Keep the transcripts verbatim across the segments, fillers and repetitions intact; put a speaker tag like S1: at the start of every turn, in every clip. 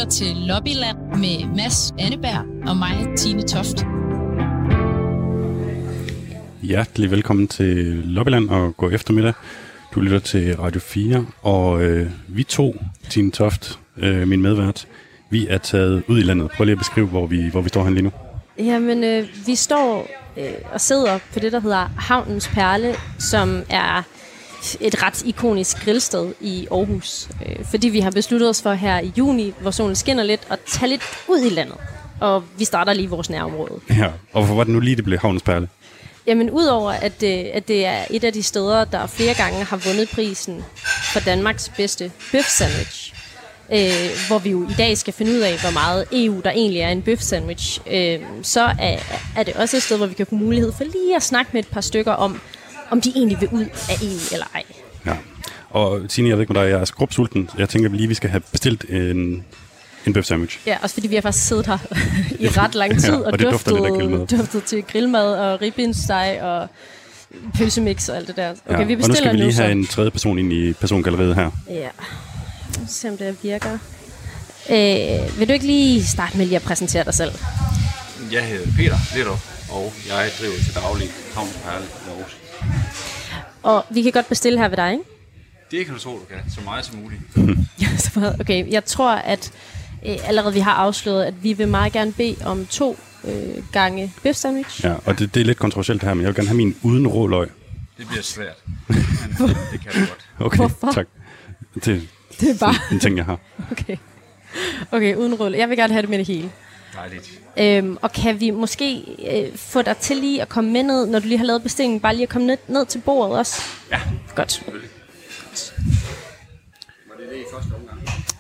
S1: til Lobbyland med Mads Anneberg og mig, Tine Toft.
S2: Hjertelig velkommen til Lobbyland og god eftermiddag. Du lytter til Radio fire, og øh, vi to, Tine Toft, øh, min medvært, vi er taget ud i landet. Prøv lige at beskrive, hvor vi, hvor vi står hen lige nu.
S3: Jamen, øh, vi står øh, og sidder på det, der hedder Havnens Perle, som er et ret ikonisk grillsted i Aarhus. Øh, fordi vi har besluttet os for her i juni, hvor solen skinner lidt, at tage lidt ud i landet. Og vi starter lige i vores nærområde.
S2: Ja, og hvorfor var det nu lige, det blev Havnens Perle?
S3: Jamen, udover at det, at det er et af de steder, der flere gange har vundet prisen for Danmarks bedste bøf sandwich, øh, hvor vi jo i dag skal finde ud af, hvor meget E U der egentlig er en bøf sandwich, øh, så er, er det også et sted, hvor vi kan få mulighed for lige at snakke med et par stykker om, om de egentlig vil ud af E U eller ej.
S2: Ja, og Tine, jeg ved ikke med dig, jeg er skrubsulten. Jeg tænker lige, vi skal have bestilt en... En bøf sandwich.
S3: Ja, også fordi vi har faktisk siddet her i ret lang tid, ja, og, og duftet, duftet til grillmad og ribbensteg og pølsemix og alt det der. Okay,
S2: ja,
S3: vi bestiller
S2: og nu skal vi lige
S3: nu,
S2: have en tredje person ind i persongalleriet her.
S3: Ja, se om det virker. Øh, vil du ikke lige starte med lige at præsentere dig selv?
S4: Jeg hedder Peter Littow, og jeg driver til daglig Havnens Perle i Aarhus.
S3: Og vi kan godt bestille her ved dig, ikke?
S4: Det kan du tro, du kan. Så meget som muligt.
S3: Ja, så meget. Okay, jeg tror, at øh, allerede vi har afsløret, at vi vil meget gerne bede om to øh, gange bøf sandwich.
S2: Ja, og det, det er lidt kontroversielt det her, men jeg vil gerne have min uden rå løg.
S4: Det bliver svært. Men det kan du godt.
S2: Okay,
S3: hvorfor?
S2: Tak. Det,
S3: det er bare
S2: en ting, jeg har.
S3: Okay, okay, uden rå løg. Jeg vil gerne have det med det hele.
S4: Dejligt.
S3: Øhm, og kan vi måske øh, få dig til lige at komme med ned, når du lige har lavet bestillingen, bare lige at komme ned, ned til bordet også?
S4: Ja.
S3: Godt.
S4: Var det det i første omgang?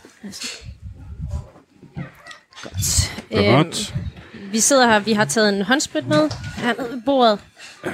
S3: Godt.
S2: Godt.
S3: Øhm, vi sidder her, vi har taget en håndsprit med hernede ved bordet. Ja.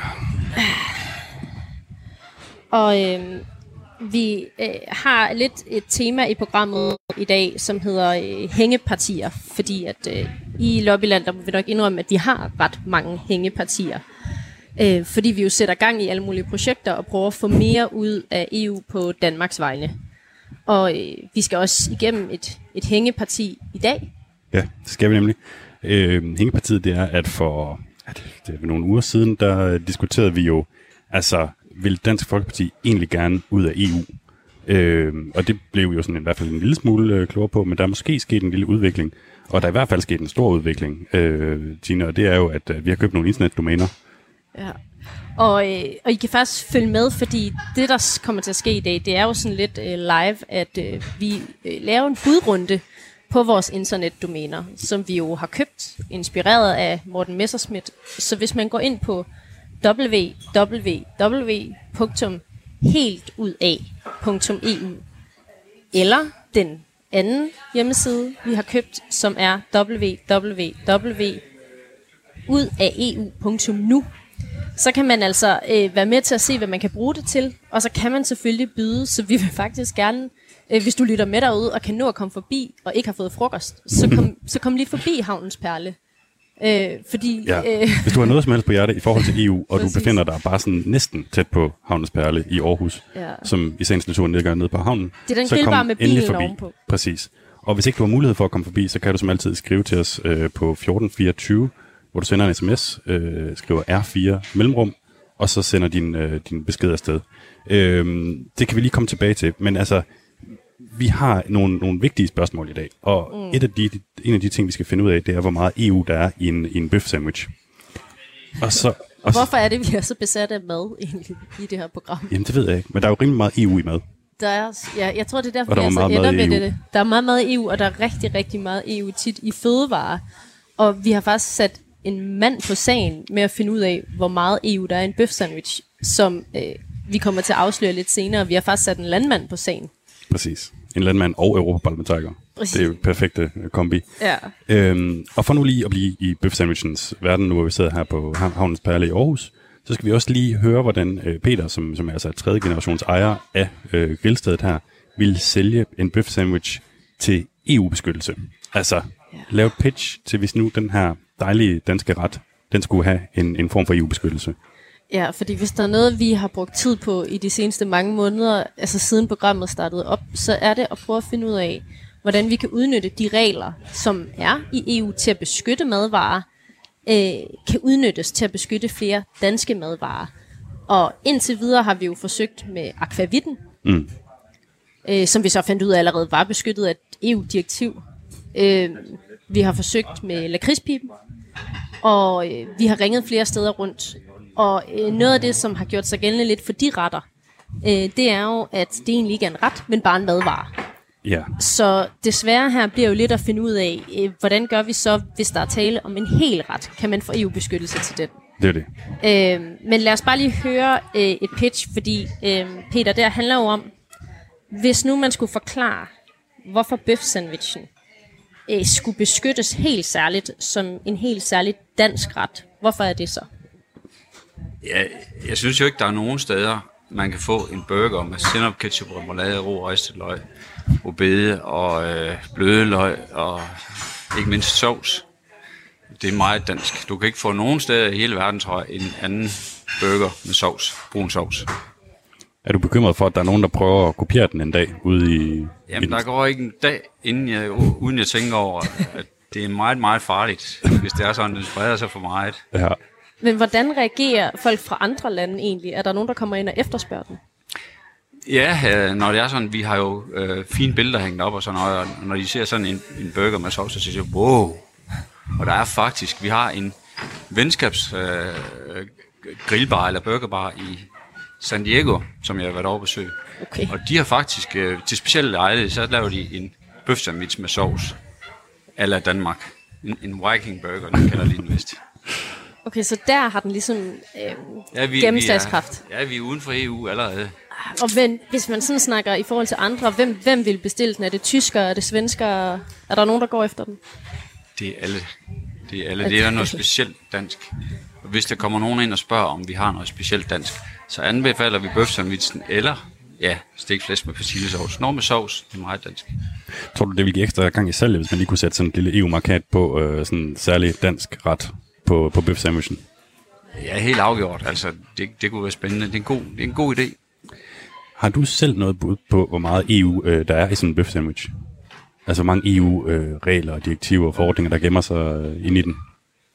S3: Og øhm, vi øh, har lidt et tema i programmet i dag, som hedder øh, hængepartier. Fordi at øh, i Lobbyland, der må vi nok indrømme, at vi har ret mange hængepartier. Øh, fordi vi jo sætter gang i alle mulige projekter og prøver at få mere ud af E U på Danmarks vegne. Og øh, vi skal også igennem et, et hængeparti i dag.
S2: Ja, det skal vi nemlig. Øh, hængepartiet, det er, at for at det er nogle uger siden, der diskuterede vi jo, altså, vil Dansk Folkeparti egentlig gerne ud af E U? Øh, og det blev jo sådan i hvert fald en lille smule øh, klogere på, men der er måske sket en lille udvikling. Og der er i hvert fald sket en stor udvikling, øh, Tina, og det er jo, at øh, vi har købt nogle internetdomæner.
S3: Ja. Og, øh, og I kan faktisk følge med, fordi det, der kommer til at ske i dag, det er jo sådan lidt øh, live, at øh, vi øh, laver en budrunde på vores internetdomæner, som vi jo har købt, inspireret af Morten Messerschmidt. Så hvis man går ind på w w w punktum heltudaf punktum e u eller den anden hjemmeside, vi har købt, som er w w w punktum ud af e u punktum nu, så kan man altså øh, være med til at se, hvad man kan bruge det til, og så kan man selvfølgelig byde, så vi vil faktisk gerne, øh, hvis du lytter med derude og kan nå at komme forbi og ikke har fået frokost, så kom, så kom lige forbi Havnens Perle. Øh, fordi,
S2: ja.
S3: øh,
S2: Hvis du har noget som helst på hjerte i forhold til E U, og du befinder dig bare sådan næsten tæt på Havnens Perle i Aarhus, ja. Som i sagens natur nedgør nede på havnen,
S3: det er den
S2: så
S3: grillbar med bilen
S2: forbi.
S3: Ovenpå.
S2: Præcis. Og hvis ikke du har mulighed for at komme forbi, så kan du som altid skrive til os øh, på fjorten fireogtyve, hvor du sender en sms, øh, skriver R fire mellemrum, og så sender din, øh, din besked afsted. Øh, det kan vi lige komme tilbage til, men altså, vi har nogle, nogle vigtige spørgsmål i dag, og mm. et af de, en af de ting, vi skal finde ud af, det er, hvor meget E U der er i en, i en bøf sandwich. Og så, og
S3: Hvorfor er det, vi er så besatte af mad egentlig i det her program?
S2: Jamen, det ved jeg ikke, men der er jo rimelig meget E U i mad.
S3: Der er, ja, jeg tror, det er derfor,
S2: vi
S3: altså ender med
S2: det.
S3: det. Der er meget meget E U, og der er rigtig, rigtig meget E U tit i fødevarer. Og vi har faktisk sat en mand på sagen med at finde ud af, hvor meget E U der er i en bøf sandwich, som øh, vi kommer til at afsløre lidt senere. Vi har faktisk sat en landmand på sagen.
S2: Præcis. En landmand og europaparlamentariker. Det er jo perfekte kombi.
S3: Ja.
S2: Øhm, og for nu lige at blive i bøf sandwichens verden, nu hvor vi sidder her på Havnens Perle i Aarhus, så skal vi også lige høre, hvordan øh, Peter, som, som er altså tredje generations ejer af øh, grillstedet her, vil sælge en bøf sandwich til E U-beskyttelse. Altså, ja. Lave et pitch til, hvis nu den her dejlige danske ret, den skulle have en, en form for E U-beskyttelse.
S3: Ja, fordi hvis der er noget, vi har brugt tid på i de seneste mange måneder, altså siden programmet startede op, så er det at prøve at finde ud af, hvordan vi kan udnytte de regler, som er i E U til at beskytte madvarer, øh, kan udnyttes til at beskytte flere danske madvarer. Og indtil videre har vi jo forsøgt med akvavitten, mm. øh, som vi så fandt ud af allerede var beskyttet af et E U-direktiv. Øh, vi har forsøgt med lakridspiben, og øh, vi har ringet flere steder rundt. Og øh, noget af det, som har gjort sig gældende lidt for de retter, øh, det er jo, at det egentlig ikke er en ret, men bare en madvare.
S2: Ja. Så
S3: desværre her bliver jo lidt at finde ud af, øh, hvordan gør vi så, hvis der er tale om en hel ret? Kan man få E U-beskyttelse til den?
S2: Det er det.
S3: Øh, men lad os bare lige høre øh, et pitch, fordi øh, Peter, det handler jo om, hvis nu man skulle forklare, hvorfor bøf-sandwichen øh, skulle beskyttes helt særligt som en helt særlig dansk ret. Hvorfor er det så?
S4: Ja, jeg synes jo ikke, der er nogen steder, man kan få en burger med sennep, ketchup, remoulade, ro, ristet løg, rødbede og øh, bløde løg og ikke mindst sovs. Det er meget dansk. Du kan ikke få nogen steder i hele verden, tror jeg, en anden burger med sovs, brun sovs.
S2: Er du bekymret for, at der er nogen, der prøver at kopiere den en dag ude i...
S4: Jamen,
S2: i
S4: der går ikke en dag, inden jeg, uden jeg tænker over, at det er meget, meget farligt, hvis det er sådan, at den spreder sig for meget.
S2: Ja.
S3: Men hvordan reagerer folk fra andre lande egentlig? Er der nogen, der kommer ind og efterspørger den?
S4: Ja, når det er sådan, vi har jo øh, fine billeder hængt op og sådan noget, og når de ser sådan en, en burger med sovs, så siger de, wow. Og der er faktisk, vi har en venskabs øh, grillbar eller burgerbar i San Diego, som jeg har været over besøg.
S3: Okay.
S4: Og de har faktisk, øh, til specielle lejlighed, så laver de en bøf-sandwich med sovs, a la Danmark. En, en Viking burger, den kender lige den vist.
S3: Okay, så der har den ligesom øh,
S4: ja, vi,
S3: gennemslagskraft.
S4: Vi er, ja, vi er uden for E U allerede.
S3: Og men, hvis man sådan snakker i forhold til andre, hvem, hvem vil bestille den? Er det tyskere, er det svenskere? Er der nogen, der går efter den?
S4: Det er alle. Det er alle. Det er noget specielt dansk. Og hvis der kommer nogen ind og spørger, om vi har noget specielt dansk, så anbefaler vi bøf-sandwichen eller ja, stegflæsk med persillesovs. Noget med sovs, det er meget dansk.
S2: Tror du, det vil give ekstra gang i salget, hvis man lige kunne sætte sådan et lille E U-markat på øh, sådan en særlig dansk ret på, på bøf-sandwichen?
S4: Ja, helt afgjort. Altså, det, det kunne være spændende. Det er en god, det er en god idé.
S2: Har du selv noget bud på, hvor meget E U øh, der er i sådan en bøf-sandwich? Altså, hvor mange E U-regler, øh, direktiver og forordninger, der gemmer sig øh, ind i den?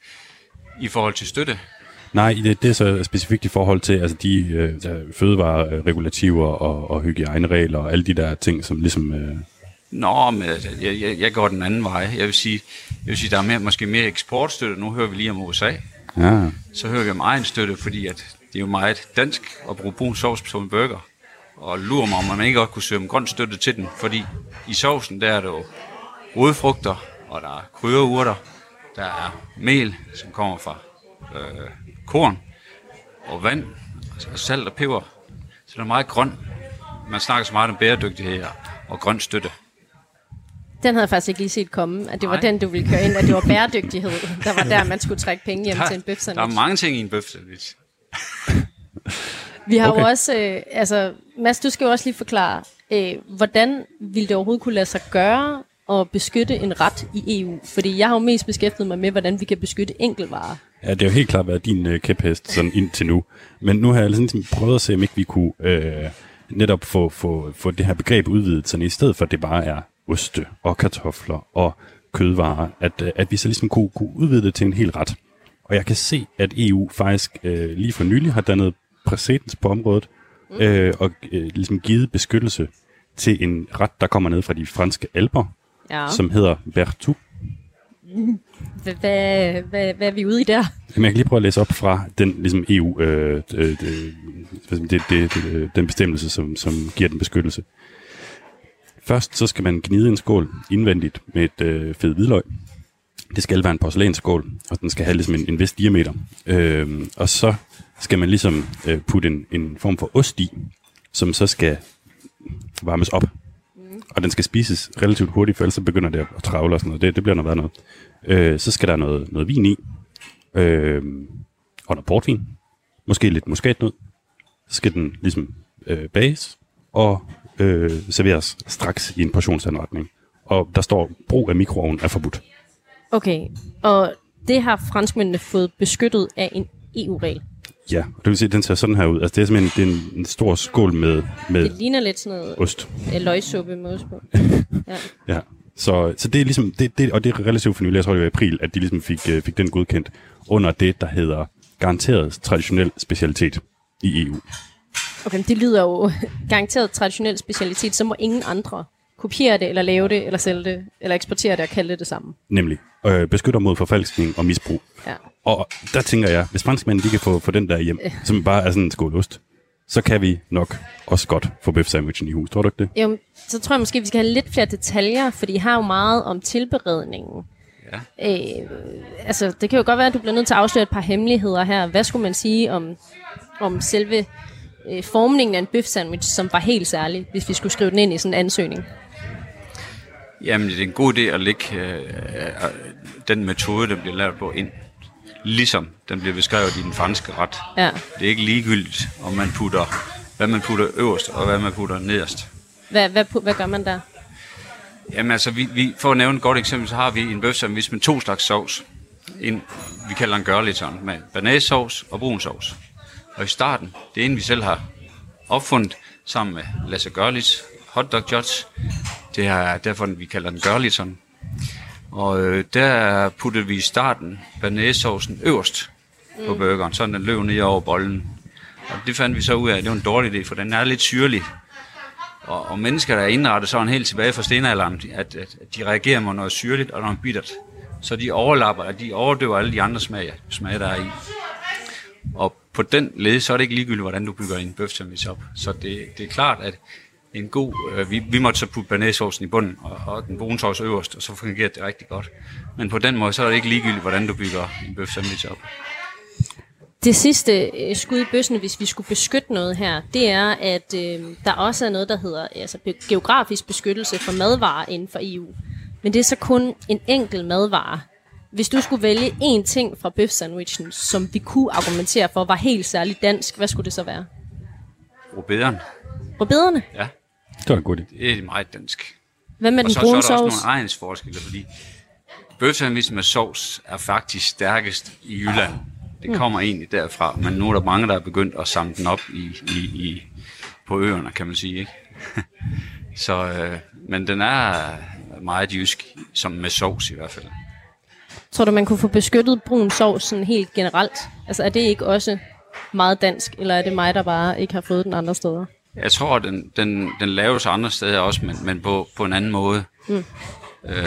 S4: I forhold til støtte?
S2: Nej, det, det er så specifikt i forhold til altså de øh, fødevareregulativer og, og hygiejneregler og alle de der ting, som ligesom... Øh...
S4: Nå, men jeg, jeg, jeg går den anden vej. Jeg vil sige, jeg vil sige der er mere, måske mere eksportstøtte. Nu hører vi lige om U S A.
S2: Ja.
S4: Så hører vi om egen støtte, fordi at det er jo meget dansk at bruge brun sovs som en burger. Og lurer mig, om man ikke godt kunne søge om grøn støtte til den, fordi i sovsen, der er der jo rodfrugter, og der er krydderurter, der er mel, som kommer fra øh, korn, og vand, og salt og peber. Så det er meget grøn. Man snakker så meget om bæredygtighed og grøn støtte.
S3: Den havde jeg faktisk ikke lige set komme, at det var Nej. den, du ville køre ind, at det var bæredygtighed, der var der, man skulle trække penge hjem
S4: der,
S3: til en bøf-sandwich.
S4: Der er mange ting i en bøf-sandwich.
S3: Vi har
S2: okay.
S3: jo også, øh, altså Mads, du skal jo også lige forklare, øh, hvordan ville det overhovedet kunne lade sig gøre at beskytte en ret i E U? Fordi jeg har jo mest beskæftiget mig med, hvordan vi kan beskytte enkeltvarer.
S2: Ja, det har jo helt klart været din øh, kæphest sådan indtil nu. Men nu har jeg ligesom prøvet at se, om ikke vi kunne øh, netop få, få, få det her begreb udvidet, sådan i stedet for, at det bare er oste og kartofler og kødvarer, at, øh, at vi så ligesom kunne, kunne udvide det til en hel ret. Og jeg kan se, at E U faktisk øh, lige for nylig har dannet præcedens på området, mm. øh, og øh, ligesom givet beskyttelse til en ret, der kommer ned fra de franske alper, ja. Som hedder Bertou.
S3: Hvad, hvad, hvad, hvad er vi ude i der?
S2: Jamen, jeg kan lige prøve at læse op fra den ligesom E U, øh, det, det, det, det, det, den bestemmelse, som, som giver den beskyttelse. Først så skal man gnide en skål indvendigt med et øh, fed hvidløg. Det skal være en porcelænsskål, og den skal have ligesom en, en vis diameter. Øh, og så skal man ligesom øh, putte en, en form for ost i, som så skal varmes op. Mm. Og den skal spises relativt hurtigt, for ellers så begynder det at travle og sådan noget. Det, det bliver noget værd noget. Øh, så skal der noget, noget vin i, øh, og noget portvin. Måske lidt muskatnød. Så skal den ligesom øh, bages og øh, serveres straks i en portionsanretning. Og der står, brug af mikroovn er forbudt. Okay,
S3: og det har franskmændene fået beskyttet af en E U-regel.
S2: Ja, det vil sige, at den ser sådan her ud. Altså, det er simpelthen det er en, en stor skål med, med
S3: det ligner lidt sådan noget
S2: ost.
S3: Løgsuppe med ost på.
S2: Ja. Ja, Så, så det er ligesom, det, det, og det er relativt for nylig, jeg tror det var i april, at de ligesom fik, fik den godkendt under det, der hedder garanteret traditionel specialitet i E U.
S3: Okay, det lyder jo garanteret traditionel specialitet, så må ingen andre kopiere det, eller lave det, eller sælge det, eller eksportere det og kalde det det samme.
S2: Nemlig. Øh, beskytter mod forfalskning og misbrug.
S3: Ja.
S2: Og der tænker jeg, hvis franskmændene de kan få, få den der hjem, øh. som bare er sådan en skål ost, så kan vi nok også godt få bøf-sandwichen i hus. Tror du ikke det?
S3: Jo, så tror jeg måske, vi skal have lidt flere detaljer, for I har jo meget om tilberedningen. Ja. Øh, altså, det kan jo godt være, at du bliver nødt til at afsløre et par hemmeligheder her. Hvad skulle man sige om, om selve øh, formningen af en bøf-sandwich, som var helt særlig, hvis vi skulle skrive den ind i sådan en ansøgning?
S4: Jamen, det er en god idé at lægge øh, den metode, den bliver lavet på ind. Ligesom den bliver beskrevet i den franske ret.
S3: Ja.
S4: Det er ikke ligegyldigt, om man putter, hvad man putter øverst, og hvad man putter nederst.
S3: Hvad, hvad, hvad gør man der?
S4: Jamen altså, vi, vi, for at nævne et godt eksempel, så har vi en bøf-sandwich med to slags sovs. En, vi kalder en gørliton, med banæssovs og brun sovs. Og i starten, det er en, vi selv har opfundet, sammen med Lasse Görlitz hotdog judge. Det er derfor, vi kalder den gørliton. Og øh, der puttede vi i starten banæssovsen øverst mm. på burgeren, så den løb ned over bollen. Og det fandt vi så ud af, at det var en dårlig idé, for den er lidt syrlig. Og, og mennesker, der er indrettet sådan helt tilbage fra stenalderen, at, at, at de reagerer med noget syrligt og noget bittert. Så de overlapper, at de overdøver alle de andre smage, smage der er i. Og på den led, så er det ikke ligegyldigt, hvordan du bygger en bøf-sandwich op. Så det, det er klart, at en god, øh, vi, vi måtte så putte banæssovsen i bunden, og, og den brune sovs øverst, og så fungerer det rigtig godt. Men på den måde, så er det ikke ligegyldigt, hvordan du bygger en bøf-sandwich op.
S3: Det sidste øh, skud i bøssen, hvis vi skulle beskytte noget her, det er, at øh, der også er noget, der hedder altså, be- geografisk beskyttelse for madvarer inden for E U. Men det er så kun en enkelt madvare. Hvis du skulle vælge én ting fra bøf-sandwichen, som vi kunne argumentere for, var helt særligt dansk, hvad skulle det så være?
S4: Rødbederne.
S3: Rødbederne?
S4: Ja.
S2: Det var en god idé.
S4: Det er meget dansk.
S3: Hvad med
S4: og
S3: den
S4: så,
S3: brune
S4: så er der
S3: sovs?
S4: også nogle egensforskelle, fordi bøf-sandwich med sovs er faktisk stærkest i Jylland. Det kommer mm. egentlig derfra, men nu er der mange, der er begyndt at samle den op i, i, i, på øerne, kan man sige. Ikke? så, øh, men den er meget jysk, som med sovs i hvert fald.
S3: Tror du, man kunne få beskyttet brun sovs sådan helt generelt? Altså er det ikke også meget dansk, eller er det mig, der bare ikke har fået den andre steder?
S4: Jeg tror, at den, den, den laves andre steder også, men, men på, på en anden måde. Mm. Øh,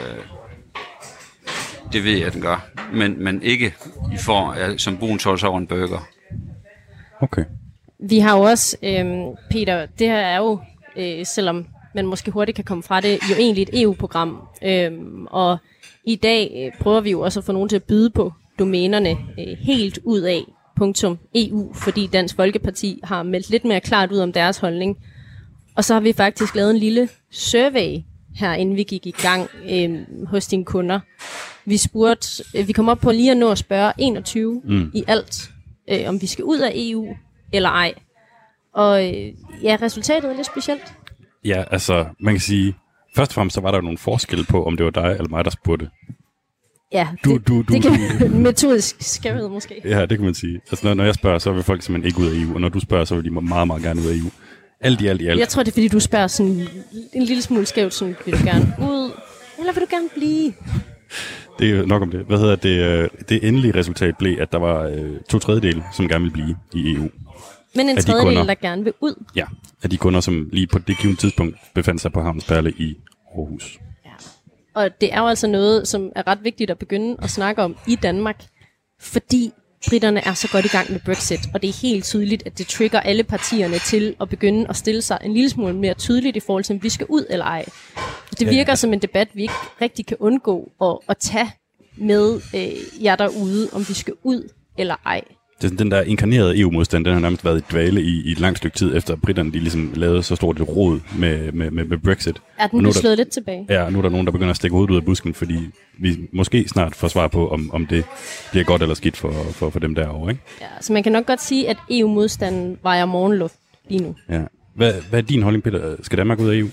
S4: det ved jeg, at den gør. Men, men ikke i form af som brun sovs over en burger.
S2: Okay.
S3: Vi har jo også, øhm, Peter, det her er jo, øh, selvom man måske hurtigt kan komme fra det, jo egentlig et E U-program. Øhm, og i dag øh, prøver vi jo også at få nogen til at byde på domænerne øh, helt ud af .E U, fordi Dansk Folkeparti har meldt lidt mere klart ud om deres holdning. Og så har vi faktisk lavet en lille survey her, inden vi gik i gang øh, hos dine kunder. Vi spurgte, øh, vi kom op på lige at nå at spørge enogtyve mm. i alt, øh, om vi skal ud af E U eller ej. Og øh, ja, resultatet er lidt specielt.
S2: Ja, altså, man kan sige, først og fremmest så var der jo nogle forskelle på, om det var dig eller mig, der spurgte.
S3: Ja,
S2: du,
S3: det,
S2: du, du,
S3: det kan metodisk skævhed måske.
S2: Ja, det kan man sige. Altså, når, når jeg spørger, så vil folk simpelthen ikke ud af E U, og når du spørger, så vil de meget, meget gerne ud af E U. Alt i alt i alt.
S3: Jeg tror, det er, fordi du spørger sådan en lille smule skævt, sådan, vil du gerne ud, eller vil du gerne blive?
S2: Det er nok om det. Hvad hedder det? Det endelige resultat blev, at der var øh, to tredjedele, som gerne vil blive i E U.
S3: Men en tredjedel, der gerne vil ud?
S2: Ja, af de kunder, som lige på det givne tidspunkt befandt sig på Havnens Perle i Aarhus.
S3: Ja. Og det er jo altså noget, som er ret vigtigt at begynde at snakke om i Danmark, fordi briterne er så godt i gang med Brexit, og det er helt tydeligt, at det trigger alle partierne til at begynde at stille sig en lille smule mere tydeligt i forhold til, om vi skal ud eller ej. Det virker ja. som en debat, vi ikke rigtig kan undgå at, at tage med øh, jer derude, om vi skal ud eller ej.
S2: Det er sådan, den der inkarnerede E U-modstand, den har nærmest været i dvale i, i et langt stykke tid, efter britterne de ligesom lavede så stort et råd med, med, med, med Brexit.
S3: Ja, den blev slået lidt tilbage.
S2: Ja, nu er der nogen, der begynder at stikke hovedet ud af busken, fordi vi måske snart får svar på, om, om det bliver godt eller skidt for, for, for dem derovre, ikke?
S3: Ja, så man kan nok godt sige, at E U-modstanden vejer morgenluft lige nu.
S2: Ja. Hvad, hvad er din holdning, Peter? Skal Danmark ud af E U?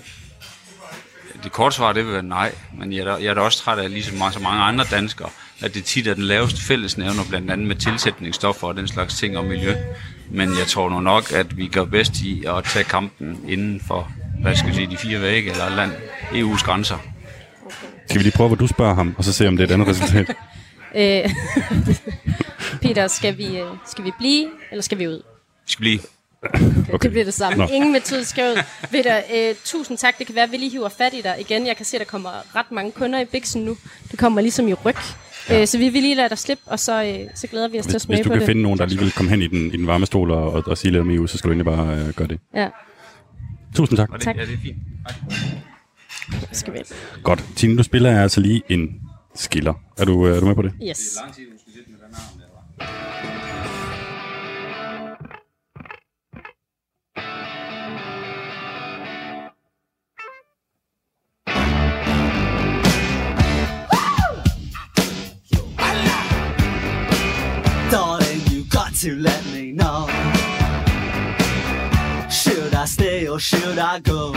S4: Det korte svar, det vil være nej, men jeg er da, jeg er da også træt af, ligesom så mange andre danskere, at det tit er den laveste fællesnævner, blandt andet med tilsætningsstoffer og den slags ting og miljø. Men jeg tror nu nok, at vi gør bedst i at tage kampen inden for, hvad skal jeg sige, de fire vægge eller land, E U's grænser.
S2: Skal vi lige prøve, hvor du spørger ham, og så se, om det er et andet resultat?
S3: Øh, Peter, skal vi, skal vi blive, eller skal vi ud?
S4: Vi skal blive.
S3: Okay. Det bliver det samme. Nå. Ingen metode skal ud. Peter, øh, tusind tak. Det kan være, at vi lige hiver fat i dig igen. Jeg kan se, at der kommer ret mange kunder i Bixen nu. Det kommer ligesom i ryg. Ja. Øh, så vi vil lige lade dig slippe, og så, øh, så glæder vi os
S2: hvis,
S3: til at smage på det.
S2: Hvis du kan finde nogen, der lige vil komme hen i den, i den varme stol og, og, og sige lidt om E U, så skal du egentlig bare øh, gøre det.
S3: Ja.
S2: Tusind tak.
S4: Det,
S3: tak.
S4: Ja, det er fint.
S3: Skal vi.
S2: Godt. Tine, du spiller jeg altså lige en skiller. Er du, er du med på det?
S3: Yes.
S4: Det er lang tid, du skal sidde med den arm der, hva'?
S5: Darling, you got to let me know. Should I stay or should I go?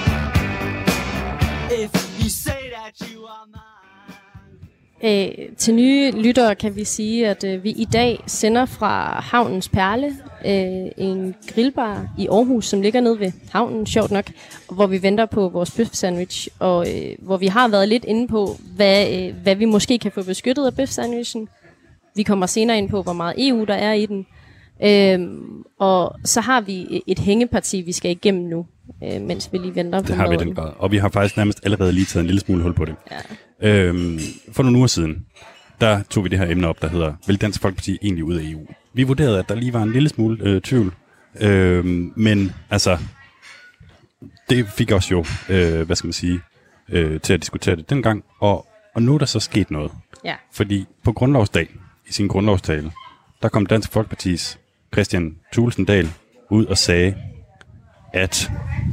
S5: If you say that you are mine.
S3: Øh, til nye lyttere kan vi sige, at øh, vi i dag sender fra Havnens Perle, øh, en grillbar i Aarhus, som ligger nede ved havnen, sjovt nok, hvor vi venter på vores bøf sandwich, og øh, hvor vi har været lidt inde på, hvad, øh, hvad vi måske kan få beskyttet af bøf sandwichen. Vi kommer senere ind på, hvor meget E U der er i den. Øhm, og så har vi et hængeparti, vi skal igennem nu, øh, mens vi lige venter på
S2: det har
S3: maden.
S2: vi den grad. Og vi har faktisk nærmest allerede lige taget en lille smule hul på det.
S3: Ja.
S2: Øhm, for nogle uger siden, der tog vi det her emne op, der hedder, vil Dansk Folkeparti egentlig ud af E U? Vi vurderede, at der lige var en lille smule øh, tvivl. Øhm, men altså, det fik os jo, øh, hvad skal man sige, øh, til at diskutere det dengang. Og, og nu er der så sket noget.
S3: Ja.
S2: Fordi på grundlovsdag, i sin grundlovstale, der kom Dansk Folkepartis Kristian Thulesen Dahl ud og sagde, at...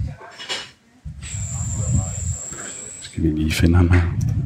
S2: Skal vi lige finde ham her?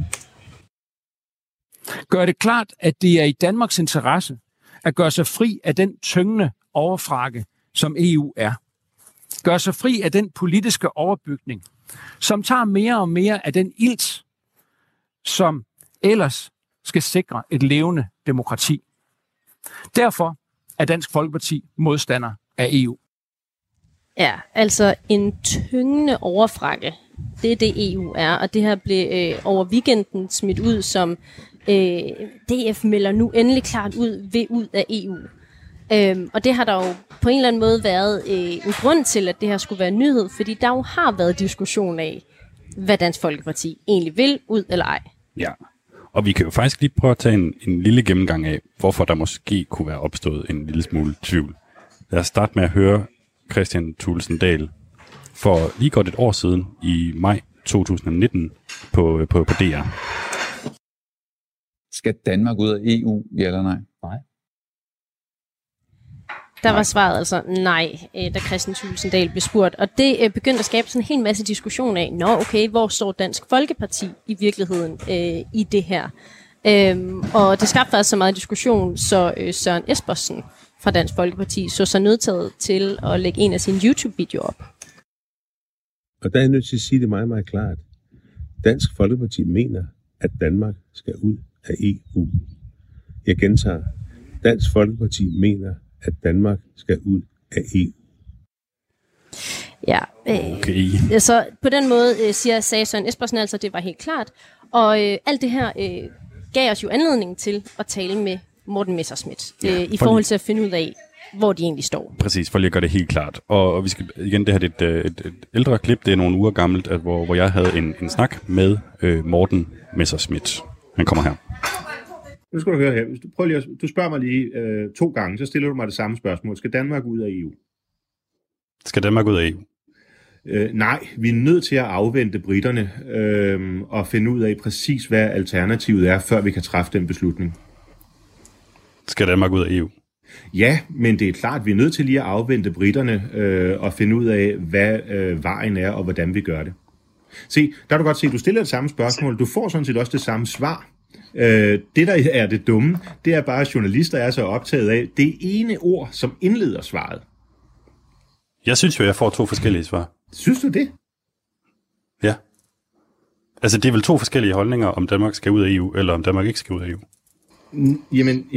S6: Gør det klart, at det er i Danmarks interesse at gøre sig fri af den tyngende overfrakke, som E U er. Gør sig fri af den politiske overbygning, som tager mere og mere af den ilt, som ellers skal sikre et levende demokrati. Derfor er Dansk Folkeparti modstander af E U.
S3: Ja, altså en tyngende overfrakke, det er det E U er, og det her blev øh, over weekenden smidt ud som øh, D F melder nu endelig klart ud ved ud af E U. Øhm, og det har der jo på en eller anden måde været øh, en grund til, at det her skulle være en nyhed, fordi der jo har været diskussion af, hvad Dansk Folkeparti egentlig vil, ud eller ej.
S2: Ja, og vi kan jo faktisk lige prøve at tage en, en lille gennemgang af, hvorfor der måske kunne være opstået en lille smule tvivl. Lad os starte med at høre Kristian Thulesen Dahl for lige godt et år siden, i maj to tusind nitten, på, på, på D R.
S7: Skal Danmark ud af E U, ja eller nej? Nej.
S3: Der var svaret altså nej, da Kristian Thulesen Dahl blev spurgt. Og det begyndte at skabe sådan en hel masse diskussion af, nå okay, hvor står Dansk Folkeparti i virkeligheden øh, i det her? Øhm, og det skabte faktisk så meget diskussion, så øh, Søren Espersen fra Dansk Folkeparti så sig nødtaget til at lægge en af sine YouTube-videoer op.
S8: Og der er jeg nødt til at sige det meget, meget klart. Dansk Folkeparti mener, at Danmark skal ud af E U. Jeg gentager. Dansk Folkeparti mener, at Danmark skal ud af E U.
S3: Ja, øh,
S2: Okay.
S3: så på den måde øh, siger, sagde Søren Espersen altså, det var helt klart. Og øh, alt det her øh, gav os jo anledning til at tale med Morten Messerschmidt øh,
S2: Ja,
S3: i
S2: for
S3: forhold
S2: lige-
S3: til at finde ud af, hvor de egentlig står.
S2: Præcis, for lige at gøre det helt klart. Og, og vi skal igen, det her det er et, et, et ældre klip, det er nogle uger gammelt, at, hvor, hvor jeg havde en, en snak med øh, Morten Messerschmidt. Han kommer her.
S9: Nu skal du høre her. Hvis du, prøver lige at, du spørger mig lige øh, to gange, så stiller du mig det samme spørgsmål. Skal Danmark ud af E U?
S2: Skal Danmark ud af E U?
S9: Øh, nej, vi er nødt til at afvente britterne øh, og finde ud af præcis, hvad alternativet er, før vi kan træffe den beslutning.
S2: Skal Danmark ud af E U?
S9: Ja, men det er klart, at vi er nødt til lige at afvente britterne øh, og finde ud af, hvad øh, vejen er og hvordan vi gør det. Se, der kan du godt se, at du stiller det samme spørgsmål. Du får sådan set også det samme svar. Øh, det, der er det dumme, det er bare, at journalister er så optaget af det ene ord, som indleder svaret.
S2: Jeg synes jo, jeg får to forskellige svar.
S9: Synes du det?
S2: Ja. Altså, det er vel to forskellige holdninger, om Danmark skal ud af E U, eller om Danmark ikke skal ud af E U.
S9: Jamen, jamen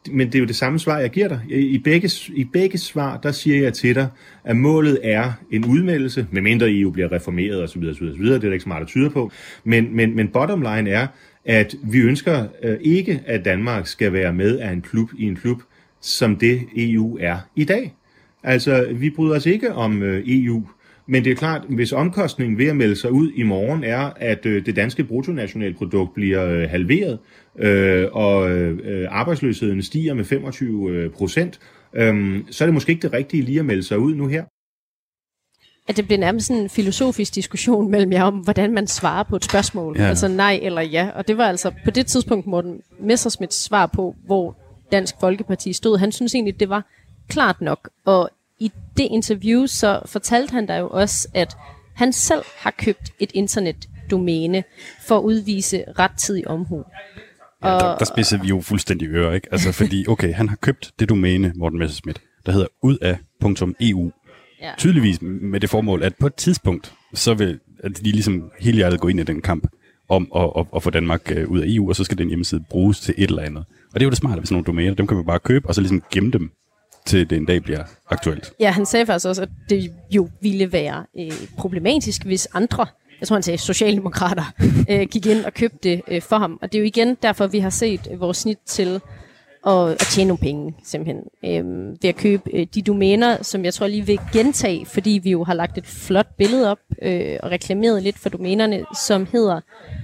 S9: men det er jo det samme svar, jeg giver dig. I begge, I begge svar, der siger jeg til dig, at målet er en udmeldelse, medmindre E U bliver reformeret osv. osv., osv. Det er der ikke så meget, der tyder på. Men, men, men bottom line er, at vi ønsker øh, ikke, at Danmark skal være med af en klub i en klub, som det E U er i dag. Altså, vi bryder os ikke om øh, E U. Men det er klart, hvis omkostningen ved at melde sig ud i morgen er, at øh, det danske bruttonationalprodukt bliver øh, halveret, øh, og øh, arbejdsløsheden stiger med femogtyve procent, øh, så er det måske ikke det rigtige lige at melde sig ud nu her.
S3: At det bliver nærmest sådan en filosofisk diskussion mellem jer om, hvordan man svarer på et spørgsmål. Ja. Altså nej eller ja. Og det var altså på det tidspunkt Morten Messerschmidts svar på, hvor Dansk Folkeparti stod. Han synes egentlig, det var klart nok. Og i det interview, så fortalte han der jo også, at han selv har købt et internetdomæne for at udvise rettidig omhu.
S2: Ja, der, der spidsede vi jo fuldstændig øre, ikke? Altså fordi, okay, han har købt det domæne, Morten Messerschmidt, der hedder udaf punktum e u. Ja. Tydeligvis med det formål, at på et tidspunkt, så vil at de ligesom hele hjertet gå ind i den kamp om at, at, at få Danmark ud af E U, og så skal den hjemmeside bruges til et eller andet. Og det er jo det smarte ved sådan nogle domæner, dem kan man bare købe, og så ligesom gemme dem, til det en dag bliver aktuelt.
S3: Ja, han sagde faktisk også, at det jo ville være øh, problematisk, hvis andre, jeg tror han sagde socialdemokrater, øh, gik ind og købte det øh, for ham. Og det er jo igen derfor, vi har set øh, vores snit til at, at tjene nogle penge, simpelthen. Øh, ved at købe øh, de domæner, som jeg tror lige vil gentage, fordi vi jo har lagt et flot billede op øh, og reklameret lidt for domænerne, som hedder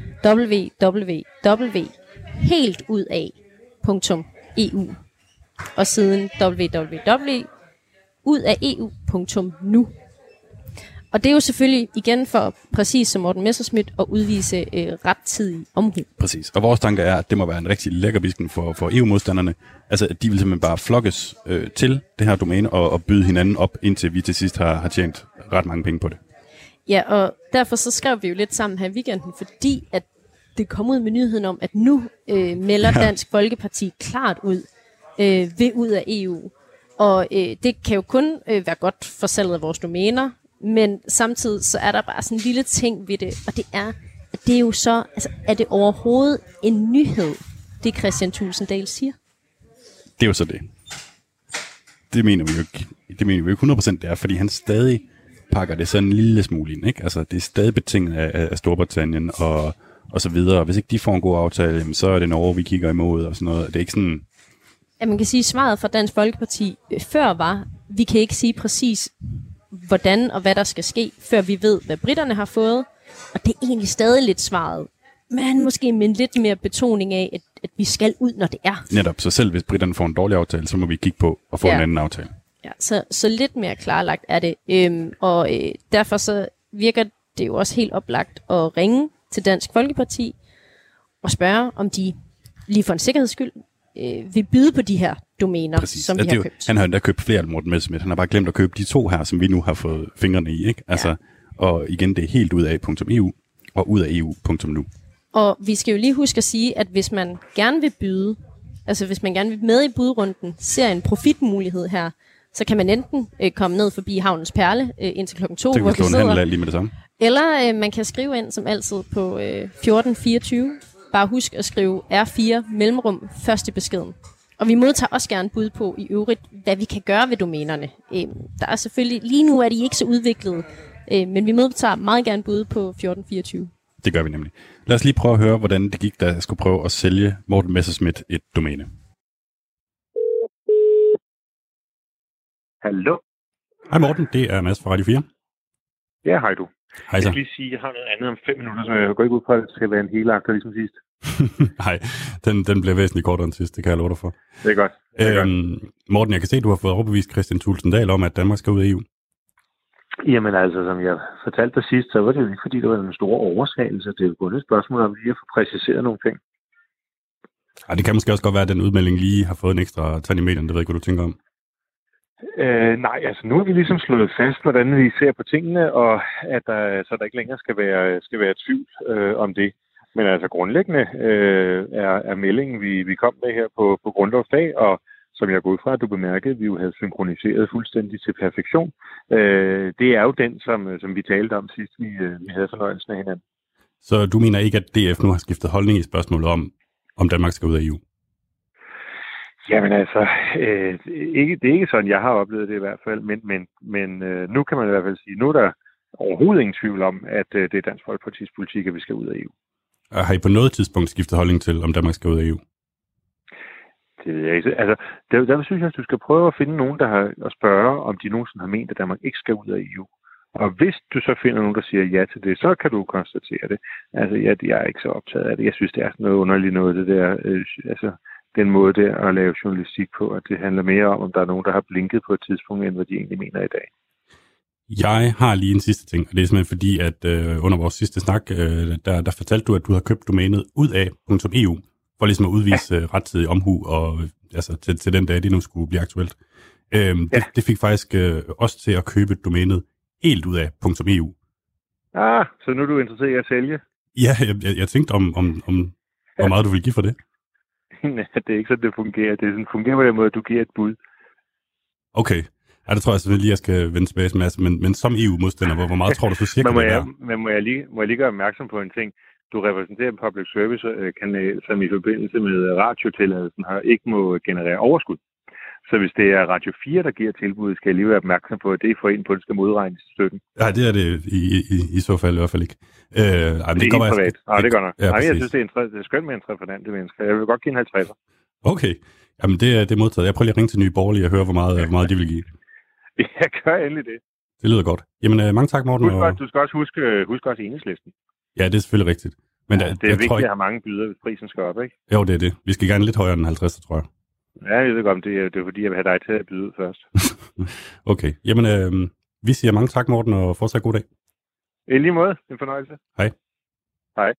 S3: w w w helt ud af punktum e u. Og siden w w w ud af e u punktum nu. Og det er jo selvfølgelig igen for, præcis som Morten Messerschmidt, at udvise øh, rettidig omhu.
S2: Præcis. Og vores tanke er, at det må være en rigtig lækker bisken for, for E U-modstanderne. Altså, at de vil simpelthen bare flokkes øh, til det her domæne og, og byde hinanden op, indtil vi til sidst har, har tjent ret mange penge på det.
S3: Ja, og derfor så skrev vi jo lidt sammen her i weekenden, fordi at det kom ud med nyheden om, at nu øh, melder Dansk Folkeparti klart ud øh, ved ud af E U. Og øh, det kan jo kun øh, være godt for salget af vores domæner, men samtidig så er der bare sådan en lille ting ved det, og det er, at det er jo så, altså er det overhovedet en nyhed, det Kristian Thulesen Dahl siger?
S2: Det er jo så det. Det mener vi jo ikke, det mener vi jo ikke hundrede procent det er, fordi han stadig pakker det sådan en lille smule ind, ikke? Altså det er stadig betinget af, af Storbritannien og, og så videre. Hvis ikke de får en god aftale, jamen, så er det Norge, vi kigger imod og sådan noget. Det er ikke sådan...
S3: Ja, man kan sige, at svaret fra Dansk Folkeparti før var, vi kan ikke sige præcis, hvordan og hvad der skal ske, før vi ved, hvad britterne har fået. Og det er egentlig stadig lidt svaret. Men måske med en lidt mere betoning af, at, at vi skal ud, når det er.
S2: Netop, så selv hvis britterne får en dårlig aftale, så må vi kigge på at få ja. en anden aftale.
S3: Ja, så, så lidt mere klarlagt er det. Øhm, og øh, derfor så virker det jo også helt oplagt at ringe til Dansk Folkeparti og spørge, om de lige for en sikkerheds skyld øh, vil byde på de her domæner, Præcis. som vi har købt.
S2: Han har endda købt flere af Morten Messerschmidt. Han har bare glemt at købe de to her, som vi nu har fået fingrene i. Ikke? Altså, ja. Og igen, det er helt ud af punktum e u og ud af e u punktum nu.
S3: Og vi skal jo lige huske at sige, at hvis man gerne vil byde, altså hvis man gerne vil med i budrunden, ser en profitmulighed her, så kan man enten øh, komme ned forbi Havnens Perle øh, indtil klokken to, hvor vi sidder.
S2: Lige med det samme.
S3: Eller øh, man kan skrive ind som altid på øh, fjorten fireogtyve. Bare husk at skrive R fire mellemrum første beskeden. Og vi modtager også gerne bud på i øvrigt, hvad vi kan gøre ved domænerne. Øh, der er selvfølgelig, lige nu er de ikke så udviklede, øh, men vi modtager meget gerne bud på fjorten fireogtyve.
S2: Det gør vi nemlig. Lad os lige prøve at høre, hvordan det gik, da jeg skulle prøve at sælge Morten Messerschmidt et domæne.
S10: Hallo.
S2: Hej Morten, det er Mads fra Radio fire.
S10: Ja, hej du.
S2: Hej så.
S10: Jeg skal lige sige, at jeg har noget andet om fem minutter, så jeg går ikke ud på, at det skal være en hel aktor ligesom sidst.
S2: Nej, den, den bliver væsentligt kortere end sidst, det kan jeg love dig for.
S10: Det er godt. Det er
S2: øhm, godt. Morten, jeg kan se, at du har fået overbevist Kristian Thulesen Dahl om, at Danmark skal ud af E U.
S10: Jamen altså, som jeg fortalte dig sidst, så var det jo ikke, fordi der var en stor overskagelse. Det er jo kun et spørgsmål om lige at få præciseret nogle ting.
S2: Ej, det kan måske også godt være, at den udmelding lige har fået en ekstra tand i medierne. Det ved jeg ikke, hvad du tænker om.
S10: Øh, nej, altså nu er vi ligesom slået fast, hvordan vi ser på tingene, og at der, så der ikke længere skal være, skal være tvivl øh, om det. Men altså grundlæggende øh, er, er meldingen, vi, vi kom med her på, på Grundlovsdag, og som jeg går ud fra, at du bemærkede, vi jo havde synkroniseret fuldstændig til perfektion. Øh, det er jo den, som, som vi talte om sidst, vi, vi havde fornøjelsen af hinanden.
S2: Så du mener ikke, at D F nu har skiftet holdning i spørgsmålet om, om Danmark skal ud af E U?
S10: Jamen altså, øh, ikke, det er ikke sådan, jeg har oplevet det i hvert fald, men, men, men øh, nu kan man i hvert fald sige, nu er der overhovedet ingen tvivl om, at øh, det er Dansk Folkepartis politik, at vi skal ud af E U.
S2: Og har I på noget tidspunkt skiftet holdning til, om Danmark skal ud af E U?
S10: Det ved jeg ikke. Altså, der, der synes jeg, at du skal prøve at finde nogen, der har at spørge, om de nogensinde har ment, at Danmark ikke skal ud af E U. Og hvis du så finder nogen, der siger ja til det, så kan du konstatere det. Altså, ja, jeg er ikke så optaget af det. Jeg synes, det er sådan noget underligt noget, det der, øh, altså, den måde der at lave journalistik på, at det handler mere om, om der er nogen, der har blinket på et tidspunkt, end hvad de egentlig mener i dag.
S2: Jeg har lige en sidste ting, og det er simpelthen fordi, at øh, under vores sidste snak, øh, der, der fortalte du, at du har købt domænet ud af .eu, for ligesom at udvise ja. rettidig omhu og, altså, til, til den dag, det nu skulle blive aktuelt. Øhm, ja. det, det fik faktisk øh, os til at købe domænet helt ud af .eu.
S10: Ah, så nu er du interesseret i at sælge?
S2: Ja, jeg, jeg, jeg tænkte om, om, om ja. hvor meget du vil give for det.
S10: Nej, det er ikke sådan, det fungerer. Det sådan, fungerer på den måde, at du giver et bud.
S2: Okay. Ja, det tror jeg selvfølgelig lige, jeg skal vende tilbage med. Men, men som E U-modstander, hvor, hvor meget tror du så cirka
S10: men må
S2: det
S10: jeg,
S2: er?
S10: Men må jeg, lige, må jeg lige gøre opmærksom på en ting? Du repræsenterer en public service kanal, som i forbindelse med radiotilladelsen har ikke må generere overskud. Så hvis det er Radio fire, der giver tilbuddet, skal jeg lige være opmærksom på, at det er for en på, at det skal modregnes i støtten.
S2: Nej, det er det i, i, i så fald i hvert fald ikke. Øh, ej,
S10: det,
S2: det er
S10: helt
S2: godt,
S10: privat. Nej, det gør nok.
S2: Ja,
S10: Nej, jeg synes, det er, en, det er skønt med en træfordante mennesker. Jeg vil godt give en halvtredser.
S2: Okay. Jamen, det er, det er modtaget. Jeg prøver lige at ringe til Nye Borgerlige og høre, hvor meget, hvor meget de vil give.
S10: Jeg gør endelig det.
S2: Det lyder godt. Jamen, øh, mange tak, Morten.
S10: Husk
S2: og...
S10: godt, du skal også huske, huske også Enhedslisten.
S2: Ja, det er selvfølgelig rigtigt. Men
S10: ja,
S2: der,
S10: det er
S2: jeg
S10: vigtigt
S2: tror ikke...
S10: at have mange byder, hvis prisen skal op, ikke?
S2: Jo, det er det. Vi skal gerne lidt højere end halvtreds, tror jeg.
S10: Ja, jeg ved godt, det er, det er fordi, jeg vil have dig til at byde ud først.
S2: Okay. Jamen, øh, vi siger mange tak, Morten, og fortsat god dag.
S10: I lige måde. En fornøjelse.
S2: Hej.
S10: Hej.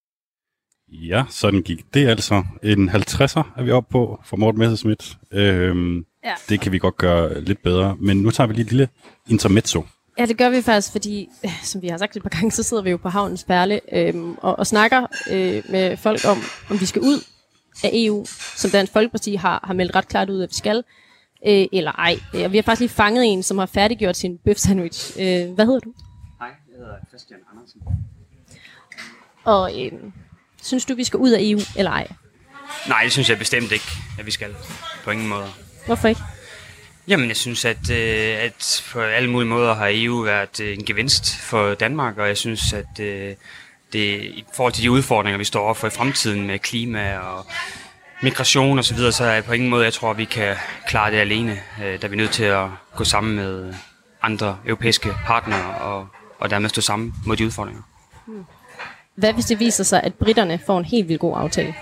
S2: Ja, sådan gik det altså. En halvtredser er vi oppe på for Morten Messerschmidt. Øhm, ja. Det kan vi godt gøre lidt bedre. Men nu tager vi lige et lille intermezzo.
S3: Ja, det gør vi faktisk, fordi, som vi har sagt et par gange, så sidder vi jo på Havnens Perle øhm, og, og snakker øh, med folk om, om vi skal ud af E U, som Dansk Folkeparti har, har meldt ret klart ud, at vi skal, øh, eller ej. Og vi har faktisk lige fanget en, som har færdiggjort sin bøf sandwich. Øh, hvad hedder du?
S11: Hej, jeg hedder Christian Andersen.
S3: Og øh, synes du, vi skal ud af E U, eller ej?
S11: Nej, det synes jeg bestemt ikke, at vi skal. På ingen måde.
S3: Hvorfor ikke?
S11: Jamen, jeg synes, at, øh, at på alle mulige måder har E U været øh, en gevinst for Danmark, og jeg synes, at øh, det, i forhold til de udfordringer, vi står overfor i fremtiden med klima og migration og så videre, så er jeg på ingen måde, jeg tror, at vi kan klare det alene. Øh, der er vi nødt til at gå sammen med andre europæiske partnere og, og dermed stå sammen mod de udfordringer.
S3: Hmm. Hvad hvis det viser sig, at britterne får en helt vildt god aftale?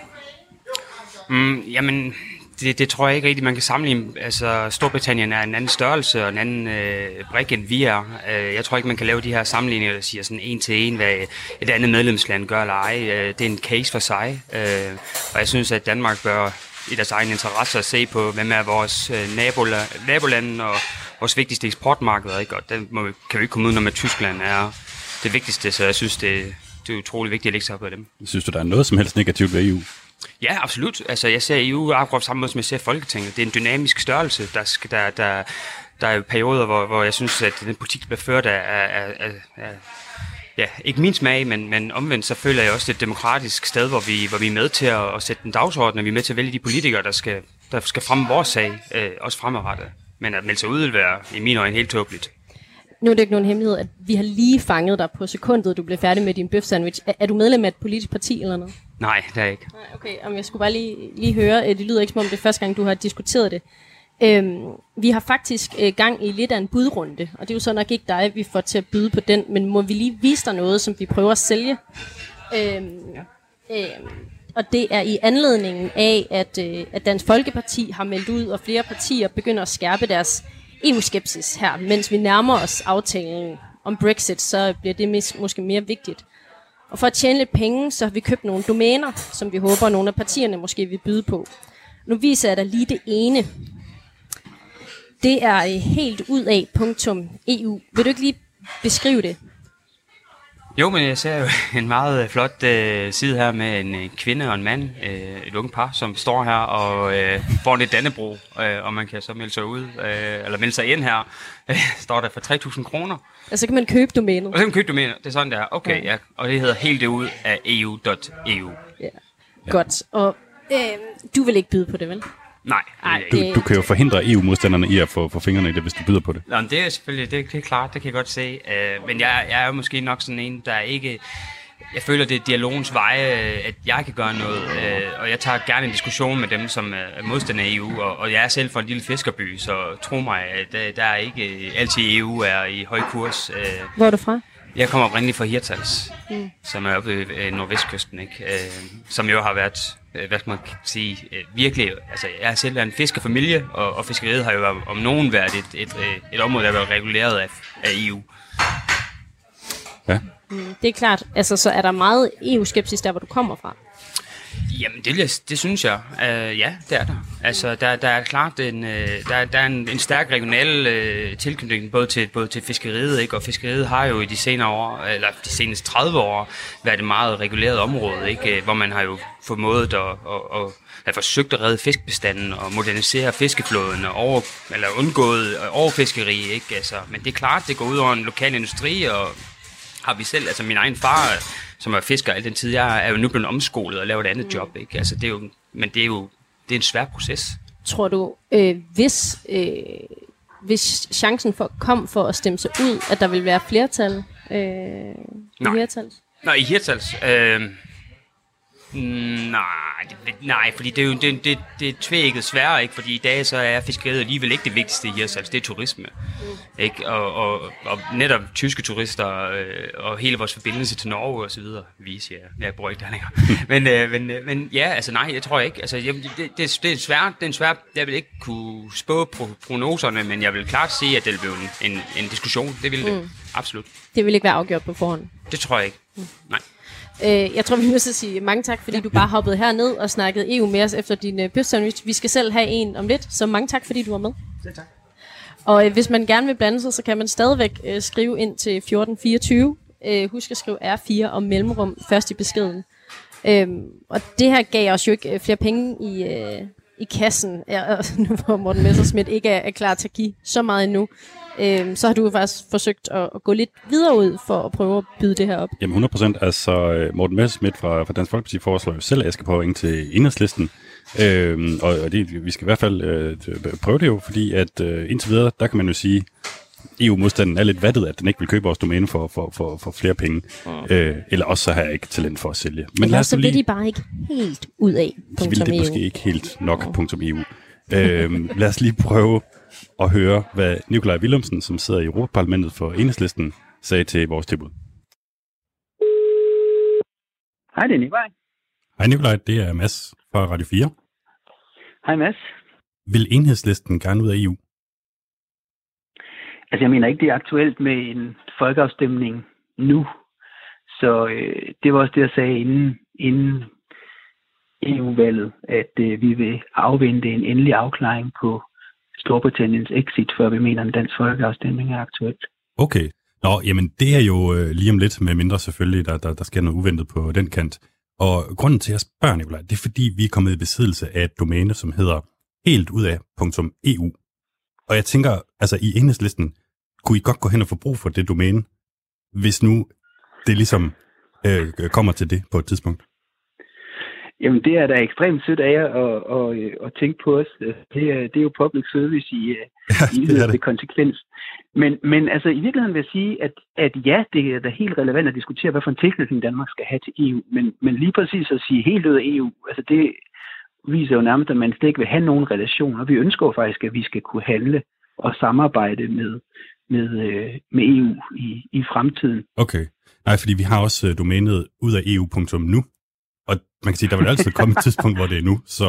S11: Mm, jamen... Det, det tror jeg ikke rigtigt, man kan sammenligne. Altså, Storbritannien er en anden størrelse og en anden øh, brik, end vi er. Øh, jeg tror ikke, man kan lave de her sammenligninger, der siger sådan en til en, hvad et andet medlemsland gør eller ej. Øh, det er en case for sig. Øh, og jeg synes, at Danmark bør i deres egen interesse at se på, hvem er vores øh, nabola- nabolande og vores vigtigste eksportmarkeder. Ikke? Og den må, kan vi ikke komme ud, når med Tyskland er det vigtigste, så jeg synes, det, det er utrolig vigtigt at lægge sig op af dem.
S2: Synes du, der er noget som helst negativt ved E U?
S11: Ja, absolut. Altså, jeg ser E U akkurat på samme måde, som jeg ser Folketinget. Det er en dynamisk størrelse. Der, skal, der, der, der er perioder, hvor, hvor jeg synes, at den politik, der bliver ført, er, er, er, er ja, ikke min smag, men, men omvendt så føler jeg også, det er et demokratisk sted, hvor vi, hvor vi er med til at, at sætte en dagsorden, og vi er med til at vælge de politikere, der skal, der skal fremme vores sag, øh, også fremadrettet. Men at melde sig ud vil være i mine øjne helt tåbeligt.
S3: Nu er det ikke nogen hemmelighed, at vi har lige fanget dig på sekundet, du blev færdig med din bøf sandwich. Er, er du medlem af et politisk parti eller noget?
S11: Nej, det er jeg ikke.
S3: Nej, okay. Jamen, jeg skulle bare lige, lige høre, det lyder ikke som om det er første gang, du har diskuteret det. Øhm, vi har faktisk øh, gang i lidt af en budrunde, og det er jo så nok ikke dig, vi får til at byde på den, men må vi lige vise dig noget, som vi prøver at sælge? Øhm, ja. øhm, og det er i anledningen af, at, øh, at Dansk Folkeparti har meldt ud, og flere partier begynder at skærpe deres E U-skepsis her. Mens vi nærmer os aftalen om Brexit, så bliver det mis- måske mere vigtigt. Og for at tjene lidt penge, så har vi købt nogle domæner, som vi håber, nogle af partierne måske vil byde på. Nu viser jeg dig lige det ene. Det er helt ud af .eu. Vil du ikke lige beskrive det?
S11: Jo, men jeg ser jo en meget flot øh, side her med en øh, kvinde og en mand, øh, et unge par, som står her og øh, får et Dannebrog, øh, og man kan så melde sig ud, øh, eller melde sig ind her, øh, står der for tre tusind kroner.
S3: Og så kan man købe domænet.
S11: Og så kan man købe domænet, det er sådan der, okay, ja. Ja. Og det hedder helt ud af E U punktum E U.
S3: Ja, godt. Og øh, du vil ikke byde på det, vel?
S11: Nej.
S3: Ej,
S2: Du, du kan jo forhindre E U-modstanderne i at få, få fingrene i det, hvis du byder på det.
S11: Nå, det er selvfølgelig, det, det er klart, det kan jeg godt se. Uh, men jeg, jeg er jo måske nok sådan en, der ikke... Jeg føler, det er dialogens veje, at jeg kan gøre noget, uh, og jeg tager gerne en diskussion med dem, som er modstandere af E U, og, og jeg er selv fra en lille fiskerby, så tro mig, at der, der er ikke altid E U er i høj kurs. Uh,
S3: Hvor er du fra?
S11: Jeg kommer oprindeligt fra Hirtshals,
S3: mm.
S11: som er oppe ved nordvestkysten, ikke? Uh, som jo har været, uh, hvad skal man sige, uh, virkelig, altså jeg er selv en fiskerfamilie, og, og fiskeriet har jo om nogen været et, et, et, et område, der har været reguleret af, af E U.
S2: Ja.
S3: Mm, det er klart. Altså, så er der meget E U-skepsis der, hvor du kommer fra?
S11: Jamen, det, det synes jeg. Uh, ja, det er der. Altså, der, der er klart en, uh, der, der er en, en stærk regional uh, tilknytning både til, både til fiskeriet, ikke? Og fiskeriet har jo i de senere år, eller de seneste tredive år, været et meget reguleret område, ikke? Hvor man har jo formået at, at, at, at forsøgt at redde fiskebestanden og modernisere fiskeflåden og over, eller undgået overfiskeri, ikke? Altså, men det er klart, det går ud over en lokal industri, og har vi selv, altså min egen far, som er fisker al den tid, jeg er jo nu blevet omskolet og laver et andet mm. job, ikke? Altså det er jo, men det er jo, det er en svær proces.
S3: Tror du, øh, hvis, øh, hvis chancen for, kom for at stemme sig ud, at der vil være flertal øh, i Hirtshals?
S11: Nej, i Hirtshals? Øh, nej, det, nej, fordi det er jo det, det, det er tvækket sværere, ikke? Fordi i dag så er fiskeriet alligevel ikke det vigtigste i Hirtshals, det er turisme. Mm. Ikke? Og, og, og netop tyske turister øh, og hele vores forbindelse til Norge og så videre. Vi siger, jeg bruger ikke det her længere. men, øh, men, øh, men ja, altså nej, jeg tror ikke. Altså, jeg, det, det, det er svært, det er svært. Jeg vil ikke kunne spå på prognoserne, men jeg vil klart sige, at det vil blive en, en, en diskussion. Det vil det, mm. absolut.
S3: Det vil ikke være afgjort på forhånd?
S11: Det tror jeg ikke, mm. nej.
S3: Jeg tror, vi må så sige mange tak, fordi du bare hoppede herned og snakkede E U med os efter din uh, bøfsandwich. Vi skal selv have en om lidt, så mange tak, fordi du var med.
S11: Selv tak.
S3: Og uh, hvis man gerne vil blande sig, så kan man stadigvæk uh, skrive ind til fjorten fireogtyve. Uh, husk at skrive R fire og mellemrum først i beskeden. Uh, og det her gav os jo ikke uh, flere penge i, uh, i kassen, ja, nu hvor Morten Messerschmidt ikke er, er klar til at give så meget endnu. Øhm, så har du faktisk forsøgt at, at gå lidt videre ud for at prøve at byde det her op.
S2: Jamen hundrede procent. Altså Morten Messerschmidt fra, fra Dansk Folkeparti foreslår jo selv, at jeg skal prøve at ringe til Enhedslisten. Øhm, og og det, vi skal i hvert fald øh, prøve det jo, fordi at øh, indtil videre, der kan man jo sige, E U-modstanden er lidt vattet, at den ikke vil købe vores domæne for, for, for, for flere penge. Mm. Øh, eller også så har jeg ikke talent for at sælge. Men
S3: eller så vil de bare ikke helt ud af.
S2: De vil det måske ikke helt nok. Mm. .eu. øhm, lad os lige prøve og høre, hvad Nikolaj Villumsen, som sidder i Europaparlamentet for Enhedslisten, sagde til vores tilbud.
S12: Hej, det er Nikolaj.
S2: Hej Nikolaj, det er Mads fra Radio fire.
S12: Hej Mads.
S2: Vil Enhedslisten gerne ud af E U?
S12: Altså jeg mener ikke, det er aktuelt med en folkeafstemning nu. Så øh, det var også det, jeg sagde inden, inden E U-valget, at øh, vi vil afvente en endelig afklaring på Storbritanniens exit, før vi mener, at en dansk folkeafstemning er aktuelt.
S2: Okay. Nå, jamen det er jo øh, lige om lidt, med mindre selvfølgelig, der, der, der sker noget uventet på den kant. Og grunden til at spørge, Nikolaj, det er fordi, vi er kommet i besiddelse af et domæne, som hedder helt ud af .eu. Og jeg tænker, altså i Enhedslisten, kunne I godt gå hen og få brug for det domæne, hvis nu det ligesom øh, kommer til det på et tidspunkt?
S12: Jamen, det er da ekstremt sødt af jer at, at, at tænke på os. Det er, det er jo public service i, ja, i yderste konsekvens. Men, men altså, i virkeligheden vil jeg sige, at, at ja, det er da helt relevant at diskutere, hvad for en tilknytning Danmark skal have til E U. Men, men lige præcis at sige helt ud af E U, altså det viser jo nærmest, at man slet ikke vil have nogen relationer. Vi ønsker jo faktisk, at vi skal kunne handle og samarbejde med, med, med E U i, i fremtiden.
S2: Okay. Nej, fordi vi har også domænet ud af E U.nu. Og man kan sige, der vil altid komme et tidspunkt, hvor det er nu, så...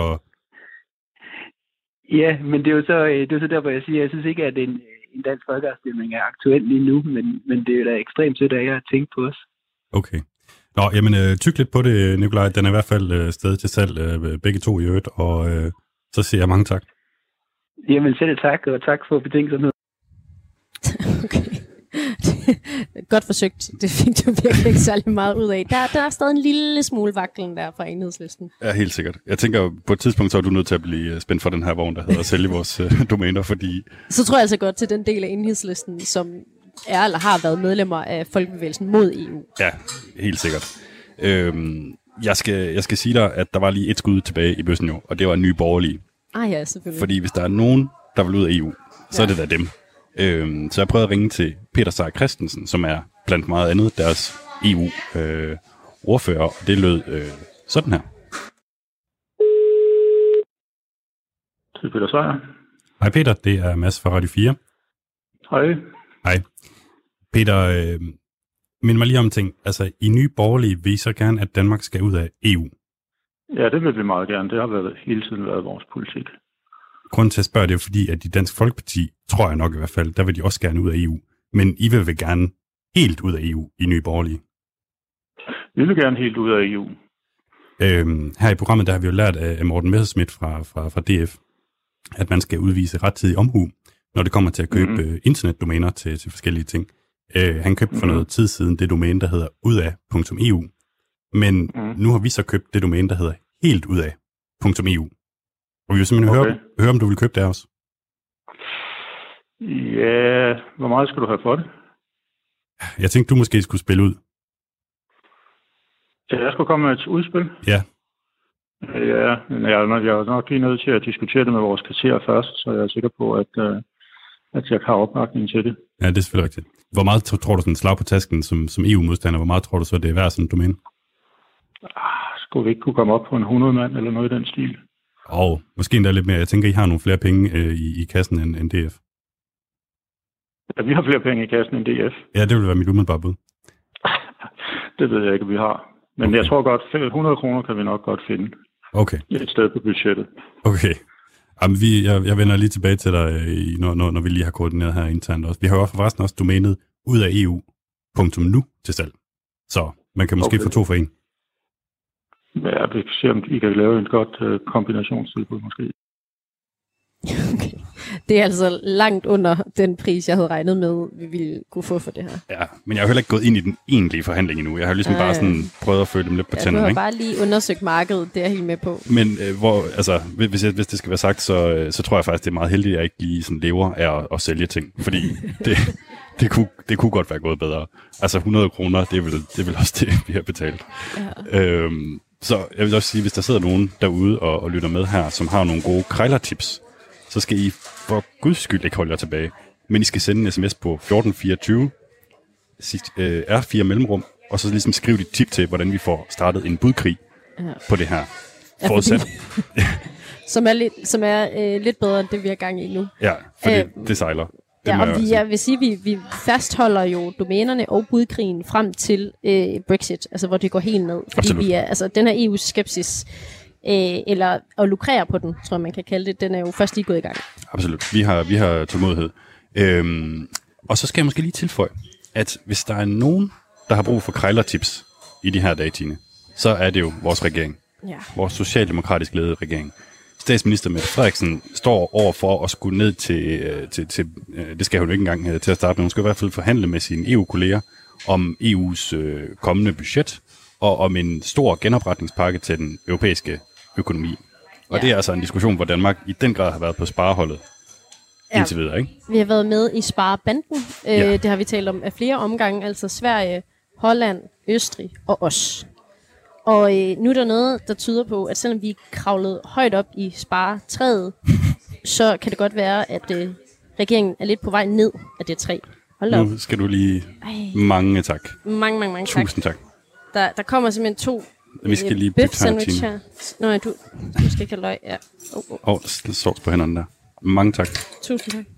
S12: Ja, men det er jo så, det er så der, hvor jeg siger, at jeg synes ikke, at en, en dansk folkeafstemning er aktuel lige nu, men, men det er jo da ekstremt sødt af jer at tænke på os.
S2: Okay. Nå, jamen, øh, tyk lidt på det, Nikolaj. Den er i hvert fald øh, stadig til salg, øh, begge to i øvrigt, og øh, så siger jeg mange tak.
S12: Jamen selv tak, og tak for betænksomhed.
S3: Okay. Godt forsøgt. Det fik du virkelig ikke særlig meget ud af. Der, der er stadig en lille smule vaklen der fra Enhedslisten.
S2: Ja, helt sikkert. Jeg tænker, på et tidspunkt så er du nødt til at blive spændt for den her vogn, der hedder at sælge vores øh, domæner, fordi...
S3: Så tror jeg altså godt til den del af Enhedslisten, som er eller har været medlemmer af Folkebevægelsen mod E U.
S2: Ja, helt sikkert. Øhm, jeg, skal, jeg skal sige dig, at der var lige et skud tilbage i bøssen jo, og det var Nye Borgerlige.
S3: Ah ja, selvfølgelig.
S2: Fordi hvis der er nogen, der vil ud af E U, så ja. er det da dem. Øhm, så jeg prøvede at ringe til Peter Seier Christensen, som er blandt meget andet deres E U-ordfører, øh, og det lød øh, sådan her.
S13: Det er Peter Seier.
S2: Hej Peter, det er Mads fra Radio fire.
S13: Hej.
S2: Hej. Peter, øh, mind mig lige om ting. Altså, i Nye Borgerlige vil I så gerne, at Danmark skal ud af E U?
S13: Ja, det vil vi meget gerne. Det har været, hele tiden været vores politik.
S2: Grunden til at spørge, det er fordi, at i Dansk Folkeparti, tror jeg nok i hvert fald, der vil de også gerne ud af E U. Men I vil vel gerne helt ud af E U i Nye Borgerlige?
S13: Vi vil gerne helt ud af E U.
S2: Øhm, her i programmet, der har vi jo lært af Morten Messerschmidt fra, fra, fra D F, at man skal udvise rettidig omhu, når det kommer til at købe mm-hmm. internetdomæner til, til forskellige ting. Øh, han købte for mm-hmm. noget tid siden det domæne, der hedder udaf.eu. Men mm-hmm. nu har vi så købt det domæne, der hedder helt udaf.eu. Og vi vil simpelthen okay. høre, høre, om du vil købe det også.
S13: Ja, hvor meget skal du have for det?
S2: Jeg tænkte, du måske skulle spille ud.
S13: Ja, jeg skulle komme med et udspil?
S2: Ja.
S13: Ja, men jeg er, nok, jeg er nok lige nødt til at diskutere det med vores kasserer først, så jeg er sikker på, at, uh, at jeg har opbakning til det.
S2: Ja, det er selvfølgelig rigtigt. Hvor meget tror du sådan slag på tasken som, som E U-modstander? Hvor meget tror du så, det er værd sådan en domæne?
S13: Ah, skulle vi ikke kunne komme op på en hundrede mand eller noget i den stil?
S2: Og måske endda lidt mere. Jeg tænker, I har nogle flere penge øh, i, i kassen end, end D F.
S13: Ja, vi har flere penge i kassen end D F.
S2: Ja, det vil være mit umiddelbare bud.
S13: Det ved jeg ikke, vi har. Men okay. Jeg tror godt, hundrede kroner kan vi nok godt finde.
S2: Okay.
S13: Et sted på budgettet.
S2: Okay. Jamen, vi, jeg, jeg vender lige tilbage til dig, når, når, når vi lige har koordineret her internt også. Vi har jo forresten også domænet ud af E U.nu til salg. Så man kan måske okay. få to for en.
S13: Ja, vi kan se, om I kan lave en godt uh, kombinationstilbud måske.
S3: Okay. Det er altså langt under den pris, jeg havde regnet med, vi ville kunne få for det her.
S2: Ja, men jeg har heller ikke gået ind i den egentlige forhandling endnu. Jeg har ligesom Ej. bare sådan prøvet at føle dem lidt på
S3: ja,
S2: tænderne.
S3: Du har
S2: ikke?
S3: bare lige undersøgt markedet, det er jeg helt med på.
S2: Men øh, hvor, altså, hvis, jeg, hvis det skal være sagt, så, så tror jeg faktisk, det er meget heldigt, at jeg ikke lige sådan lever af at, at sælge ting. Fordi det, det, kunne, det kunne godt være gået bedre. Altså hundrede kroner, det er vel, det er vel også det, vi har betalt. Ja. Øhm, så jeg vil også sige, hvis der sidder nogen derude og, og lytter med her, som har nogle gode krejlertips, så skal I for guds skyld ikke holde jer tilbage. Men I skal sende en sms på fjorten fireogtyve, øh, R fire mellemrum, og så ligesom skrive dit tip til, hvordan vi får startet en budkrig ja. på det her. Forudsat.
S3: Ja, som er, lidt, som er øh, lidt bedre end det, vi har gang i nu.
S2: Ja, for det, øh, det sejler. Det
S3: ja, og vi, jeg vil sige, at vi, vi fastholder jo domænerne og budkrigen frem til øh, Brexit, altså hvor det går helt ned. Fordi Absolut. vi er, altså den her E U-skepsis, Øh, eller at lukrere på den, tror jeg, man kan kalde det. Den er jo først lige gået i gang.
S2: Absolut. Vi har, vi har tålmodighed. Øhm, og så skal jeg måske lige tilføje, at hvis der er nogen, der har brug for krejlertips i de her dage, Tine, så er det jo vores regering. Ja. Vores socialdemokratisk ledede regering. Statsminister Mette Frederiksen står over for at skulle ned til, til, til det skal hun jo ikke engang til at starte med, hun skal i hvert fald forhandle med sine E U-kolleger om E U's øh, kommende budget, og om en stor genopretningspakke til den europæiske økonomi. Og ja. det er altså en diskussion, hvor Danmark i den grad har været på spareholdet ja. indtil videre, ikke?
S3: Vi har været med i sparebanden. Ja. Øh, det har vi talt om af flere omgange, altså Sverige, Holland, Østrig og os. Og øh, nu er der noget, der tyder på, at selvom vi er kravlet højt op i sparetræet, så kan det godt være, at øh, regeringen er lidt på vej ned af det træ. Hold op.
S2: Nu skal du lige... Ej. Mange tak.
S3: Mange, mange, mange tak.
S2: Tusind tak.
S3: Der, der kommer simpelthen to
S2: vi skal lige
S3: bøf sandwich her. Nå, du, du skal ikke have løg. Ja. Åh, oh, oh.
S2: oh, sovs på hænderne der. Mange tak.
S3: Tusind tak.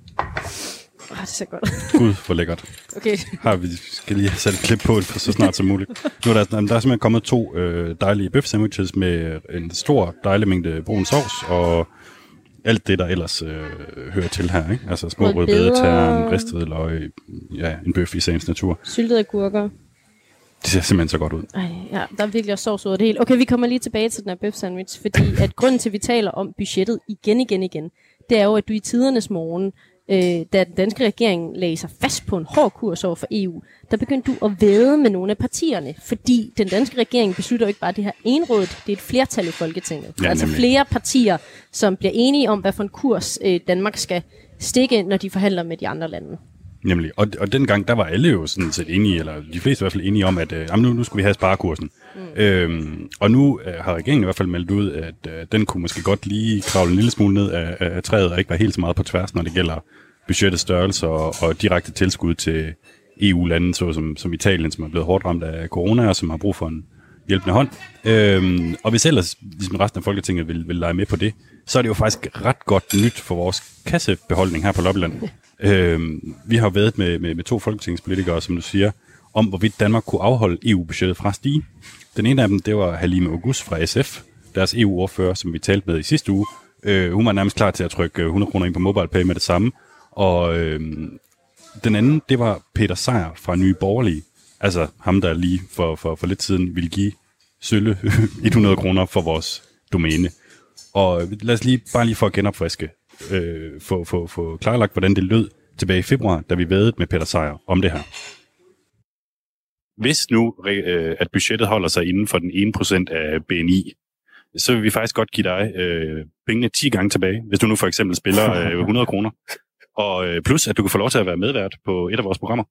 S3: Oh, det ser godt.
S2: Gud, hvor lækkert.
S3: Okay.
S2: Her, vi skal lige have sat et klip på det, for så snart som muligt. Nu er der, der er simpelthen kommet to øh, dejlige bøf sandwiches med en stor, dejlig mængde brun sovs, og alt det, der ellers øh, hører til her, ikke? Altså små rødbedetern, ristede løg, ja, en bøf i sagens natur.
S3: Syltede agurker.
S2: Det ser simpelthen så godt ud.
S3: Ej, ja, der er virkelig også sovs ud af det hele. Okay, vi kommer lige tilbage til den her bøf sandwich, fordi at grunden til, at vi taler om budgettet igen, igen, igen, det er jo, at du i tidernes morgen, øh, da den danske regering lagde sig fast på en hård kurs over for E U, der begyndte du at væde med nogle af partierne, fordi den danske regering beslutter jo ikke bare det her enrådet, det er et flertal i Folketinget. Ja, altså flere partier, som bliver enige om, hvad for en kurs øh, Danmark skal stikke, når de forhandler med de andre lande.
S2: Nemlig. Og, og dengang, der var alle jo sådan set enige, eller de fleste i hvert fald enige om, at øh, jamen, nu, nu skulle vi have sparekursen. Mm. Øhm, og nu øh, har regeringen i hvert fald meldt ud, at øh, den kunne måske godt lige kravle en lille smule ned af, af træet, og ikke være helt så meget på tværs, når det gælder budgettets størrelse og, og direkte tilskud til E U-lande, såsom som Italien, som er blevet hårdt ramt af corona, og som har brug for en hjælpende hånd. Øhm, og hvis ellers ligesom resten af Folketinget vil, vil lege med på det, så er det jo faktisk ret godt nyt for vores kassebeholdning her på Lobbyland. øhm, vi har været med, med, med to folketingspolitikere, som du siger, om hvorvidt Danmark kunne afholde E U-budgettet fra at stige. Den ene af dem, det var Halime Oguz fra S F, deres E U-ordfører, som vi talte med i sidste uge. Øh, hun var nærmest klar til at trykke hundrede kroner ind på MobilePay med det samme. Og øh, den anden, det var Peter Sejer fra Nye Borgerlige. Altså ham, der lige for, for, for lidt siden ville give sølle hundrede kroner for vores domæne. Og lad os lige, bare lige for at genopfriske, øh, få, få, få klarlagt, hvordan det lød tilbage i februar, da vi vædede med Peter Sejer om det her. Hvis nu, øh, at budgettet holder sig inden for den ene procent af B N I, så vil vi faktisk godt give dig øh, pengene ti gange tilbage, hvis du nu for eksempel spiller øh, hundrede kroner. Og øh, plus, at du kan få lov til at være medvært på et af vores programmer.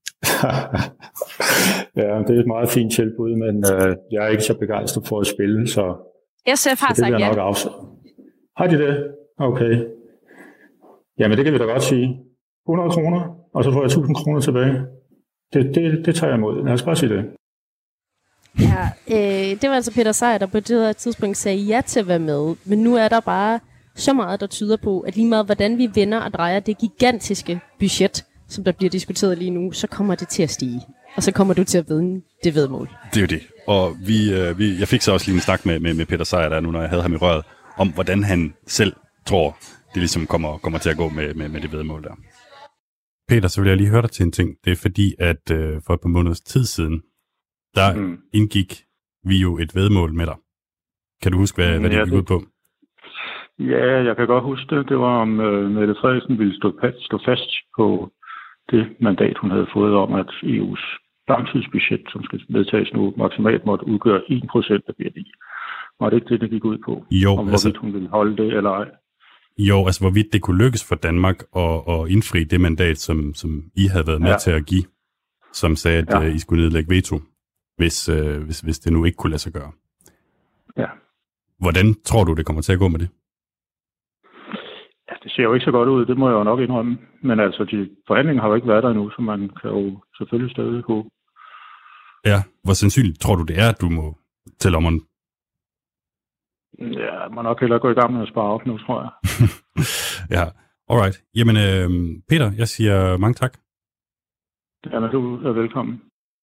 S13: Ja, det er et meget fint tilbud, men øh, jeg er ikke så begejstret for at spille, så
S3: S F har
S13: så det
S3: sagt ja.
S13: Nok afs- har de det? Okay. Jamen, det kan vi da godt sige. hundrede kroner, og så får jeg tusind kroner tilbage. Det, det, det tager jeg imod. Lad os bare sige det.
S3: Ja, øh, det var altså Peter Sejer, der på det her tidspunkt sagde ja til at være med. Men nu er der bare så meget, der tyder på, at lige meget hvordan vi vender og drejer det gigantiske budget, som der bliver diskuteret lige nu, så kommer det til at stige. Og så kommer du til at vinde det vedmål.
S2: Det er jo det. Og vi, øh, vi, jeg fik så også lige en snak med, med, med Peter Sejer der nu, når jeg havde ham i røret, om hvordan han selv tror, det ligesom kommer, kommer til at gå med, med, med det vedmål der. Peter, så vil jeg lige høre dig til en ting. Det er fordi, at øh, for et par måneders tid siden, der mm. indgik vi jo et vedmål med dig. Kan du huske, hvad, hvad det
S13: ja,
S2: gik ud på?
S13: Ja, jeg kan godt huske det. Det var om øh, Mette Frederiksen ville stå, stå fast på det mandat, hun havde fået om, at E U's langtidsbudget, som skal vedtages nu, maksimalt måtte udgøre en procent af B N I. Var det ikke det, det gik ud på?
S2: Jo,
S13: om hvorvidt altså, hun ville holde det eller ej?
S2: Jo, altså hvorvidt det kunne lykkes for Danmark at, at indfri det mandat, som, som I havde været med ja. til at give, som sagde, at ja. uh, I skulle nedlægge veto, hvis, uh, hvis, hvis det nu ikke kunne lade sig gøre.
S13: Ja.
S2: Hvordan tror du, det kommer til at gå med det?
S13: Ja, det ser jo ikke så godt ud, det må jeg jo nok indrømme. Men altså, de forhandlinger har jo ikke været der endnu, så man kan jo selvfølgelig stadig håbe.
S2: Ja, hvor sandsynligt tror du, det er, at du må til lommerne?
S13: Ja, jeg må nok hellere gå i gang med at spare op nu, tror jeg.
S2: Ja, alright. Jamen, øh, Peter, jeg siger mange tak.
S13: Jamen, du er velkommen.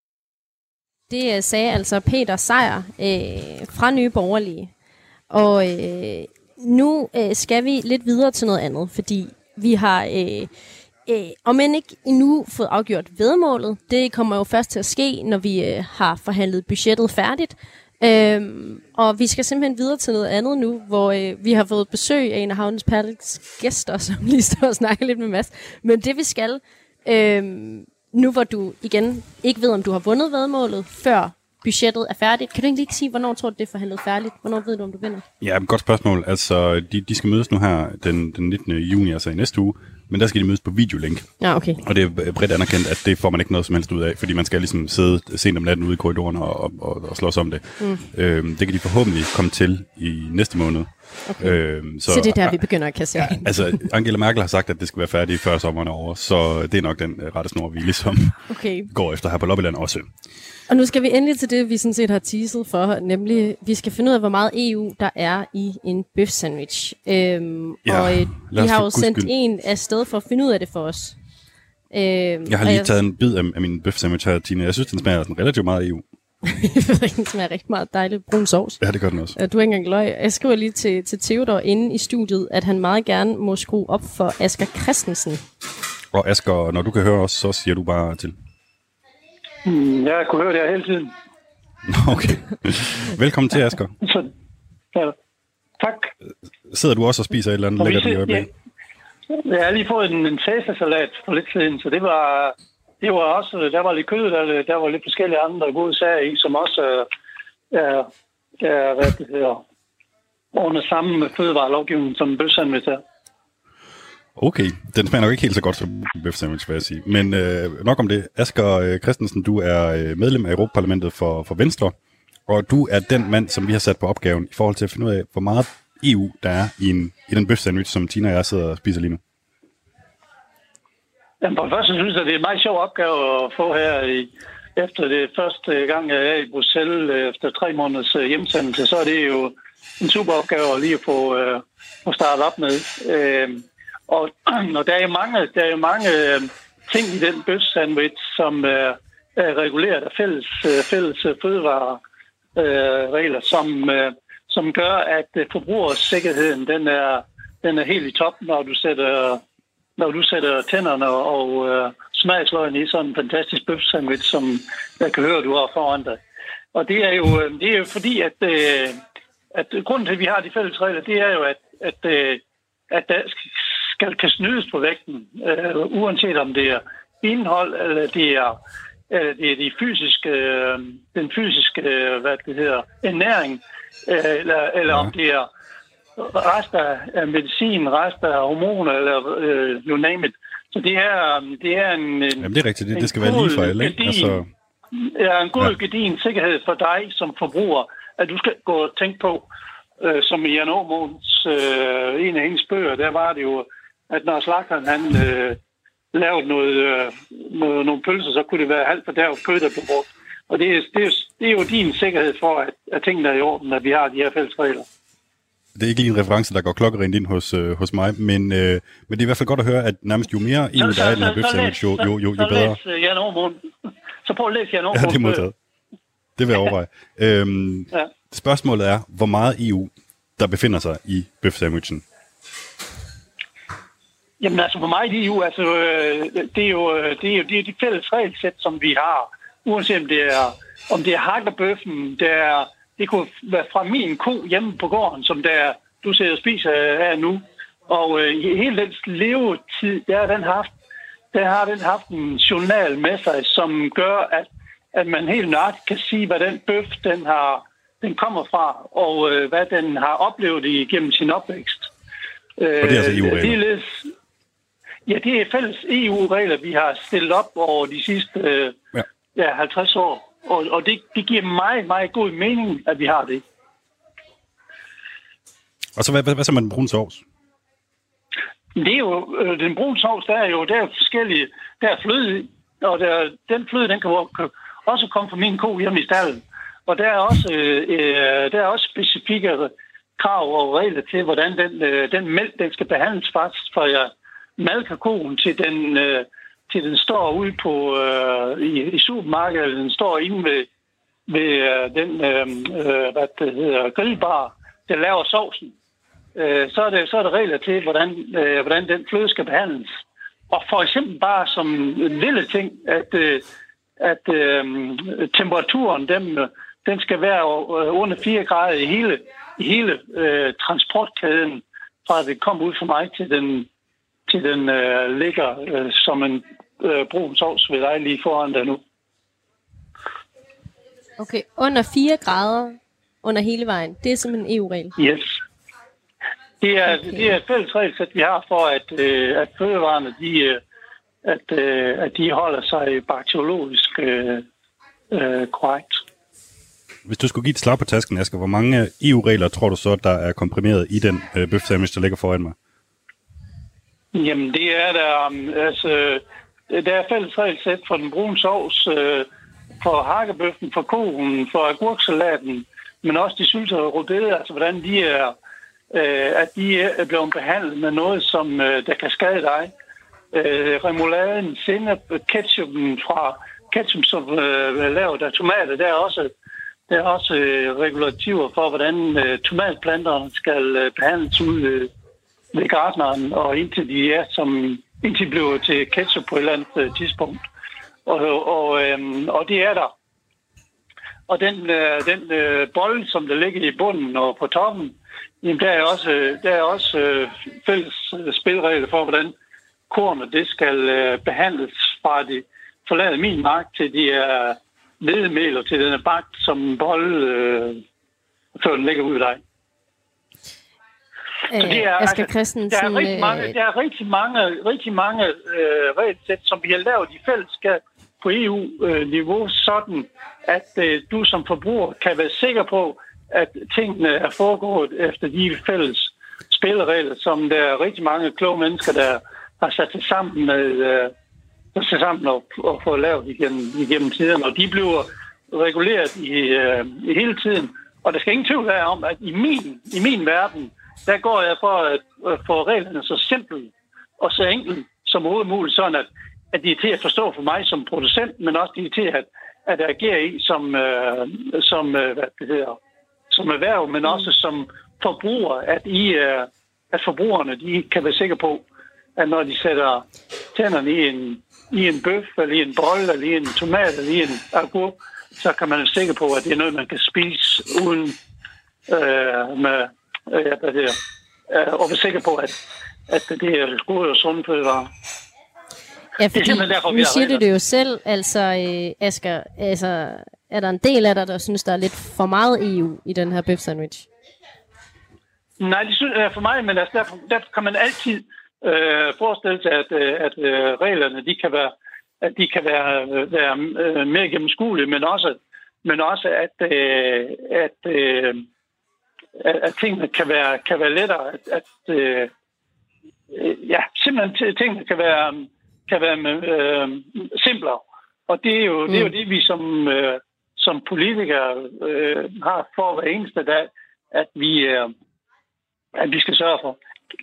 S3: Det sagde altså Peter Sejer øh, fra Nye Borgerlige. Og øh, nu øh, skal vi lidt videre til noget andet, fordi vi har, øh, øh, om end ikke endnu, fået afgjort væddemålet. Det kommer jo først til at ske, når vi øh, har forhandlet budgettet færdigt. Øhm, og vi skal simpelthen videre til noget andet nu, hvor øh, vi har fået besøg af en af Havnens Perleks gæster, som lige står og snakker lidt med Mads. Men det vi skal, øh, nu hvor du igen ikke ved, om du har vundet væddemålet, før budgettet er færdigt. Kan du egentlig ikke sige, hvornår tror du, det er forhandlet færdigt? Hvornår ved du, om du vinder?
S2: Ja, godt spørgsmål. Altså, de, de skal mødes nu her den, den nittende juni, altså i næste uge. Men der skal de mødes på videolink.
S3: Ja, okay.
S2: Og det er bredt anerkendt, at det får man ikke noget som helst ud af, fordi man skal ligesom sidde sent om natten ude i korridoren og, og, og, og slås om det. Mm. Øhm, det kan de forhåbentlig komme til i næste måned.
S3: Okay. Øhm, så, så det er der, vi begynder at kassere.
S2: Ja, altså, Angela Merkel har sagt, at det skal være færdigt før sommeren er over, så det er nok den rette snor, vi ligesom
S3: okay.
S2: går efter her på Lobbyland også.
S3: Og nu skal vi endelig til det, vi sådan set har teaset for, nemlig, vi skal finde ud af, hvor meget E U der er i en bøf sandwich. Øhm,
S2: ja,
S3: og øh, vi har jo sendt skyld. en afsted for at finde ud af det for os. Øhm,
S2: jeg har lige jeg... taget en bid af, af min bøf sandwich her, Tina. Jeg synes, den smager sådan relativt meget E U.
S3: Den smager rigtig meget dejligt brun sovs.
S2: Ja, det gør den også.
S3: Du er ikke engang løg. Jeg skriver lige til, til Theodor inde i studiet, at han meget gerne må skrue op for Asger Christensen.
S2: Og Asger, når du kan høre os, så siger du bare til.
S14: Mm, jeg kunne høre det her hele tiden.
S2: Okay. Velkommen til, Asger.
S14: Så, ja, tak.
S2: Sidder du også og spiser et eller andet lækkert i øjeblikket?
S14: Ja, jeg har lige fået en, en sæsasalat for lidt siden, så det var, det var også, der var lidt kød, der, der var lidt forskellige andre gode sager i, som også er, er hvad det hedder, under samme fødevarelovgivning som bøfsandwich er.
S2: Okay, den smager nok ikke helt så godt som bøf sandwich, vil jeg sige. Men øh, nok om det. Asger øh, Christensen, du er øh, medlem af Europaparlamentet for, for Venstre, og du er den mand, som vi har sat på opgaven i forhold til at finde ud af, hvor meget E U der er i, en, i den bøf sandwich, som Tina og jeg sidder og spiser lige nu.
S14: Jamen, for det første synes jeg, det er en meget sjov opgave at få her i, efter det første gang, jeg er i Bruxelles efter tre måneders hjemsendelse, så er det jo en super opgave at lige at få, øh, få startet op med. Øh, og, og der er jo mange, der er jo mange øh, ting i den bøf sandwich, som øh, er reguleret af fælles, øh, fælles fødevareregler, øh, som, øh, som gør, at øh, forbrugersikkerheden den er, den er helt i top, når du sætter, når du sætter tænderne og øh, smagsløgene i sådan en fantastisk bøf sandwich, som jeg kan høre, du har foran dig. Og det er jo, det er jo fordi, at, øh, at grunden til, at vi har de fælles regler, det er jo, at, at, øh, at der skal, kan snydes på vægten, øh, uanset om det er indhold, eller det er, eller det er de fysiske, øh, den fysiske øh, hvad det hedder, ernæring, øh, eller, eller ja. om det er rester af medicin, rester af hormoner, eller øh, you name it. Så det er, det er en... en
S2: Jamen det er rigtigt, det, det skal være lige for alle, ikke? Altså...
S14: Ja, en god
S2: Ja.
S14: gedin sikkerhed for dig som forbruger, at du skal gå og tænke på, øh, som i Jan Aamons, øh, en af hendes bøger, der var det jo, at når slagteren han øh, lavede noget, øh, noget, nogle pølser, så kunne det være halvt for der kød, der blev brugt. Og det er, det, er, det er jo din sikkerhed for, at, at tingene er i orden, at vi har de her fælles regler.
S2: Det er ikke lige en reference, der går klokkerent ind hos, øh, hos mig, men, øh, men det er i hvert fald godt at høre, at nærmest jo mere E U der er i den her bøf sandwich, jo, jo, jo, jo bedre.
S14: Så læs Jan Aamon. Så prøv at læse Jan Aamon.
S2: Ja, det er modtaget. Det vil jeg overveje. øhm,
S14: ja.
S2: Spørgsmålet er, hvor meget E U der befinder sig i bøf sandwichen?
S14: Jamen altså for mig i E U, altså, øh, det, er jo, det, er jo, det er de fælles regelsæt, som vi har. Uanset om det er, om det er hakkerbøffen, det, er, det kunne være fra min ko hjemme på gården, som der, du sidder og spiser af nu. Og øh, hele dens levetid, der har den haft, der har den haft en journal med sig, som gør, at, at man helt nøjagtigt kan sige, hvad den bøf, den, har, den kommer fra, og øh, hvad den har oplevet igennem sin opvækst.
S2: Og det er altså E U-regler?
S14: Ja, det er fælles E U-regler, vi har stillet op over de sidste øh, ja. Ja, halvtreds år. Og, og det, det giver meget, meget god mening, at vi har det.
S2: Og så hvad, hvad, hvad så med den brune sovs?
S14: Det er jo, øh, den brune sovs, der er jo der er forskellige, der er fløde i, og der, den fløde, den kan også komme fra min ko hjemme i stallen. Og der er også, øh, der er også specifikke krav og regler til, hvordan den, øh, den mælk, den skal behandles faktisk, for jeg malker koen til den, øh, til den står ude på, øh, i, i supermarkedet, eller den står inde ved, ved øh, den øh, øh, hvad det hedder, grillbar, der laver sovsen. Øh, så, er det, så er der regler til, hvordan, øh, hvordan den fløde skal behandles. Og for eksempel bare som en lille ting, at, øh, at øh, temperaturen, den, den skal være under fire grader i hele, i hele øh, transportkæden, fra det kommer ud fra mig til den, til den øh, ligger øh, som en øh, brun sovs ved dig lige foran dig nu.
S3: Okay, under fire grader under hele vejen. Det er simpelthen en E U-regel.
S14: Yes. Det er, okay. Det er et fælles regelsæt, vi har for, at, øh, at fødevarene, de, øh, at, øh, at de holder sig bakteriologisk øh, øh, korrekt.
S2: Hvis du skulle give et slag på tasken, Asger, hvor mange E U-regler tror du så, der er komprimeret i den øh, bøf sandwich, der ligger foran mig?
S14: Jamen, det er der, um, altså, der er fælles regelsæt for den brune sovs, øh, for hakkebøffen, for koen, for agurksalaten, men også de syltede rødbeder, altså hvordan de er, øh, at de er blevet behandlet med noget, som øh, der kan skade dig. Øh, remouladen, sennep, ketchupen fra ketchup, som øh, lavet af tomater, der er også, der er også øh, regulativer for, hvordan øh, tomatplanterne skal øh, behandles ud øh, ved gartneren, og indtil de er, som indtil de bliver til ketchup på et eller andet øh, tidspunkt. Og, og, øh, og det er der. Og den, øh, den øh, bolle, som der ligger i bunden og på toppen, jamen der er også, der er også øh, fælles spilregler for, hvordan kornet det skal øh, behandles fra det forlader min mark til de er hvedemel og til den er bagt som en bolle, øh, før den ligger ud af dig.
S3: Øh,
S14: Så det er,
S3: Asger
S14: altså,
S3: Christensen,
S14: der er rigtig mange,
S3: øh,
S14: der er rigtig mange, rigtig mange øh, regelsæt, som vi har lavet i fællesskab på E U-niveau, sådan at øh, du som forbruger kan være sikker på, at tingene er foregået efter de fælles spilleregler, som der er rigtig mange kloge mennesker, der har sat sig sammen med, øh, sat sig sammen og, og fået lavet igennem, igennem tiden, og de bliver reguleret i, øh, i hele tiden. Og der skal ingen tvivl være om, at i min, i min verden, der går jeg for at, at få reglerne så simple og så enkelt som overhovedet muligt, sådan at, at de er til at forstå for mig som producent, men også de er til at, at agere i som, øh, som, øh, hvad det hedder, som erhverv, men også som forbruger, at, I, øh, at forbrugerne de kan være sikre på, at når de sætter tænderne i en, i en bøf, eller i en bolle, eller i en tomat, eller i en agurk, så kan man være sikker på, at det er noget, man kan spise uden øh, med, øh, hvad det er, øh, og være sikker på, at, at det er gode og sunde fødevarer.
S3: Ja, fordi
S14: det er derfor,
S3: nu siger du det jo selv, altså øh, Asger, altså, er der en del af dig, der synes, der er lidt for meget E U i den her bøf sandwich?
S14: Nej, det synes jeg for mig, men altså, derfor, derfor kan man altid øh, forestille sig, at, øh, at øh, reglerne de kan være, at de kan være, være øh, mere gennemskuelige, men også, men også at, øh, at, øh, at tingene kan være, kan være lettere, at, at øh, ja, simpelthen tingene kan være, kan være øh, simplere. Og det er jo, mm. det, er jo det, vi som, øh, som politikere øh, har for hver eneste dag, at vi, øh, at vi skal sørge for.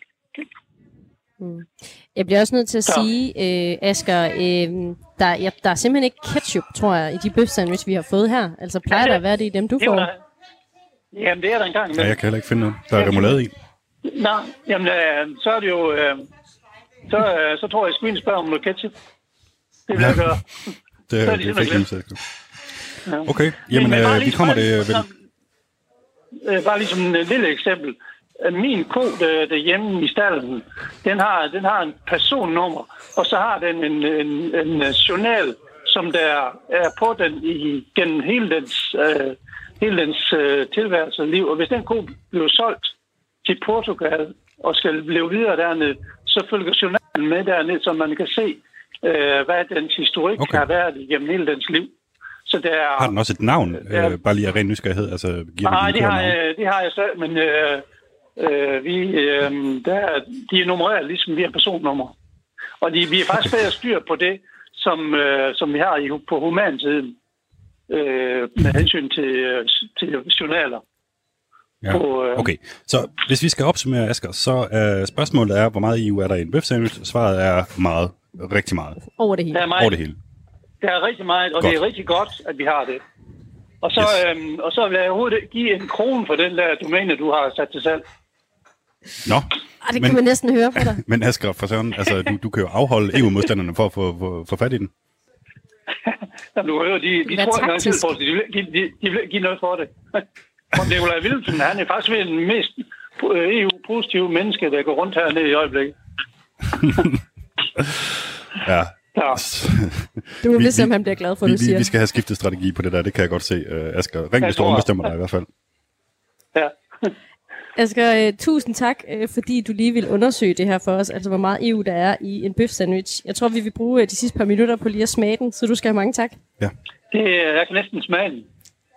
S3: Mm. Jeg bliver også nødt til at
S14: Så.
S3: sige, øh, Asger, øh, der, ja, der er simpelthen ikke ketchup, tror jeg, i de bøf sandwich, vi har fået her. Altså plejer ja, det, der at være det i dem, du får?
S14: Der, jamen, det er der engang.
S2: Ja, jeg kan heller ikke finde noget. Der er remoulade i.
S14: Nej, jamen, øh, så er det jo... Øh, så, øh, så tror jeg, at jeg skal spørge om noget ketchup. Det vil jeg gøre.
S2: Det er, det er fik lige sagt. Okay, jamen men, øh, vi kommer det vel...
S14: Øh, bare ligesom et lille eksempel. Min ko der, derhjemme i stallen, den har, den har en personnummer, og så har den en, en, en journal, som der er på den i, gennem hele dens, øh, hele dens øh, tilværelse og liv. Og hvis den ko bliver solgt til Portugal og skal leve videre dernede, så følger journalen med dernede, så man kan se, øh, hvad dens historik okay. har været igennem hele dens liv. Så der,
S2: har den også et navn? Der, øh, bare lige af ren nysgerrighed? Altså, giver
S14: nej, det har, jeg, det har jeg så, men øh, øh, vi, øh, der, de er nummereret, ligesom vi har personnummer. Og de, vi er faktisk bedre styr på det, som, øh, som vi har i, på humansiden, øh, med hensyn til, til journaler.
S2: Ja. Okay, så hvis vi skal opsummere, Asger, så er uh, spørgsmålet er, hvor meget E U er der i en bøf sandwich? Svaret er meget, rigtig meget.
S3: Over det hele.
S14: Der er meget,
S2: Over det hele.
S14: Der er rigtig meget, og godt. Det er rigtig godt, at vi har det. Og så, yes. øhm, og så vil jeg overhovedet give en krone for den der domæne, du har sat til salg.
S2: Nå.
S3: Arh, det men, kan man næsten høre på dig.
S2: Men Asger, for sådan, altså, du, du kan jo afholde E U-modstanderne for at få, få, få fat i den.
S14: Jamen, du hører, de, de tror, at de vil give, de, de vil give noget for det. Og Nikolaj Villumsen, han er faktisk den mest E U-positive menneske, der går rundt hernede i øjeblikket.
S2: Ja.
S3: Ja. Du må vide, om han bliver glad for,
S2: vi,
S3: du siger.
S2: Vi skal have skiftet strategi på det der, det kan jeg godt se. Uh, Asger, ring, hvis du ombestemmer dig i hvert fald.
S14: Ja.
S3: Asger, uh, tusind tak, uh, fordi du lige vil undersøge det her for os, altså hvor meget E U der er i en bøf sandwich. Jeg tror, vi vil bruge uh, de sidste par minutter på lige at smage den, så du skal have mange tak.
S2: Ja.
S14: Det, jeg kan næsten smage den.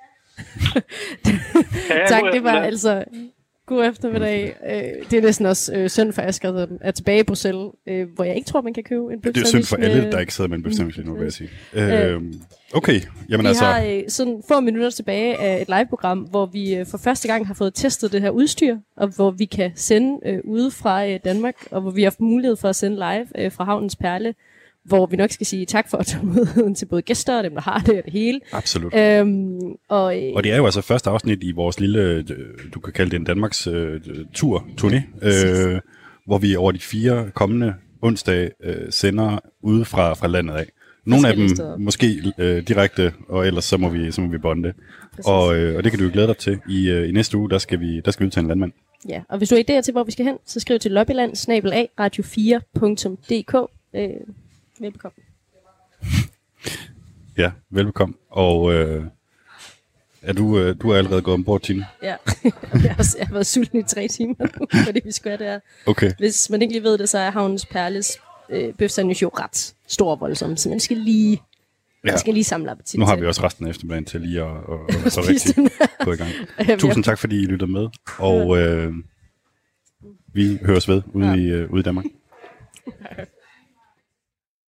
S3: Ja, tak, det var altså god eftermiddag. Det er næsten også øh, synd for Asger, der er tilbage i Bruxelles, øh, hvor jeg ikke tror, man kan købe en bøf sandwich.
S2: Det er synd for alle, der ikke sidder med en bøf sandwich nu, vil jeg sige. Øh, okay, jamen
S3: vi
S2: altså...
S3: Vi har øh, sådan få minutter tilbage af et live-program, hvor vi øh, for første gang har fået testet det her udstyr, og hvor vi kan sende øh, ude fra øh, Danmark, og hvor vi har haft mulighed for at sende live øh, fra Havnens Perle, hvor vi nok skal sige tak for at tage ud til både gæster og dem, der har det og det hele.
S2: Absolut.
S3: Øhm, og, øh,
S2: og det er jo altså første afsnit i vores lille, du kan kalde det en Danmarks øh, tur, turné, øh, hvor vi over de fire kommende onsdage øh, sender ude fra, fra landet af. Nogle af dem steder. Måske øh, direkte, og ellers så må vi, så må vi bonde. Og, øh, og det kan du jo glæde dig til. I, øh, i næste uge, der skal vi, der skal vi ud til en landmand.
S3: Ja, og hvis du har idéer til, hvor vi skal hen, så skriv til lobbyland snabel-a radio fire punktum d k. Øh, Velbekomme.
S2: Ja, velbekomme. Og øh, Er du, øh, du er allerede gået ombord, Tine?
S3: Ja, jeg har, også, jeg har været sulten i tre timer nu, fordi vi skal have det her.
S2: Okay.
S3: Hvis man ikke lige ved det, så er Havnens Perles øh, bøfsandwich jo ret stor og voldsom, så man skal lige, ja. man skal lige samle appetit.
S2: Nu har vi også resten af eftermiddagen til lige at, at, at, at så rigtig gå i gang. Tusind tak, fordi I lyttede med, og øh, vi høres ved ude, ja. i, øh, ude i Danmark.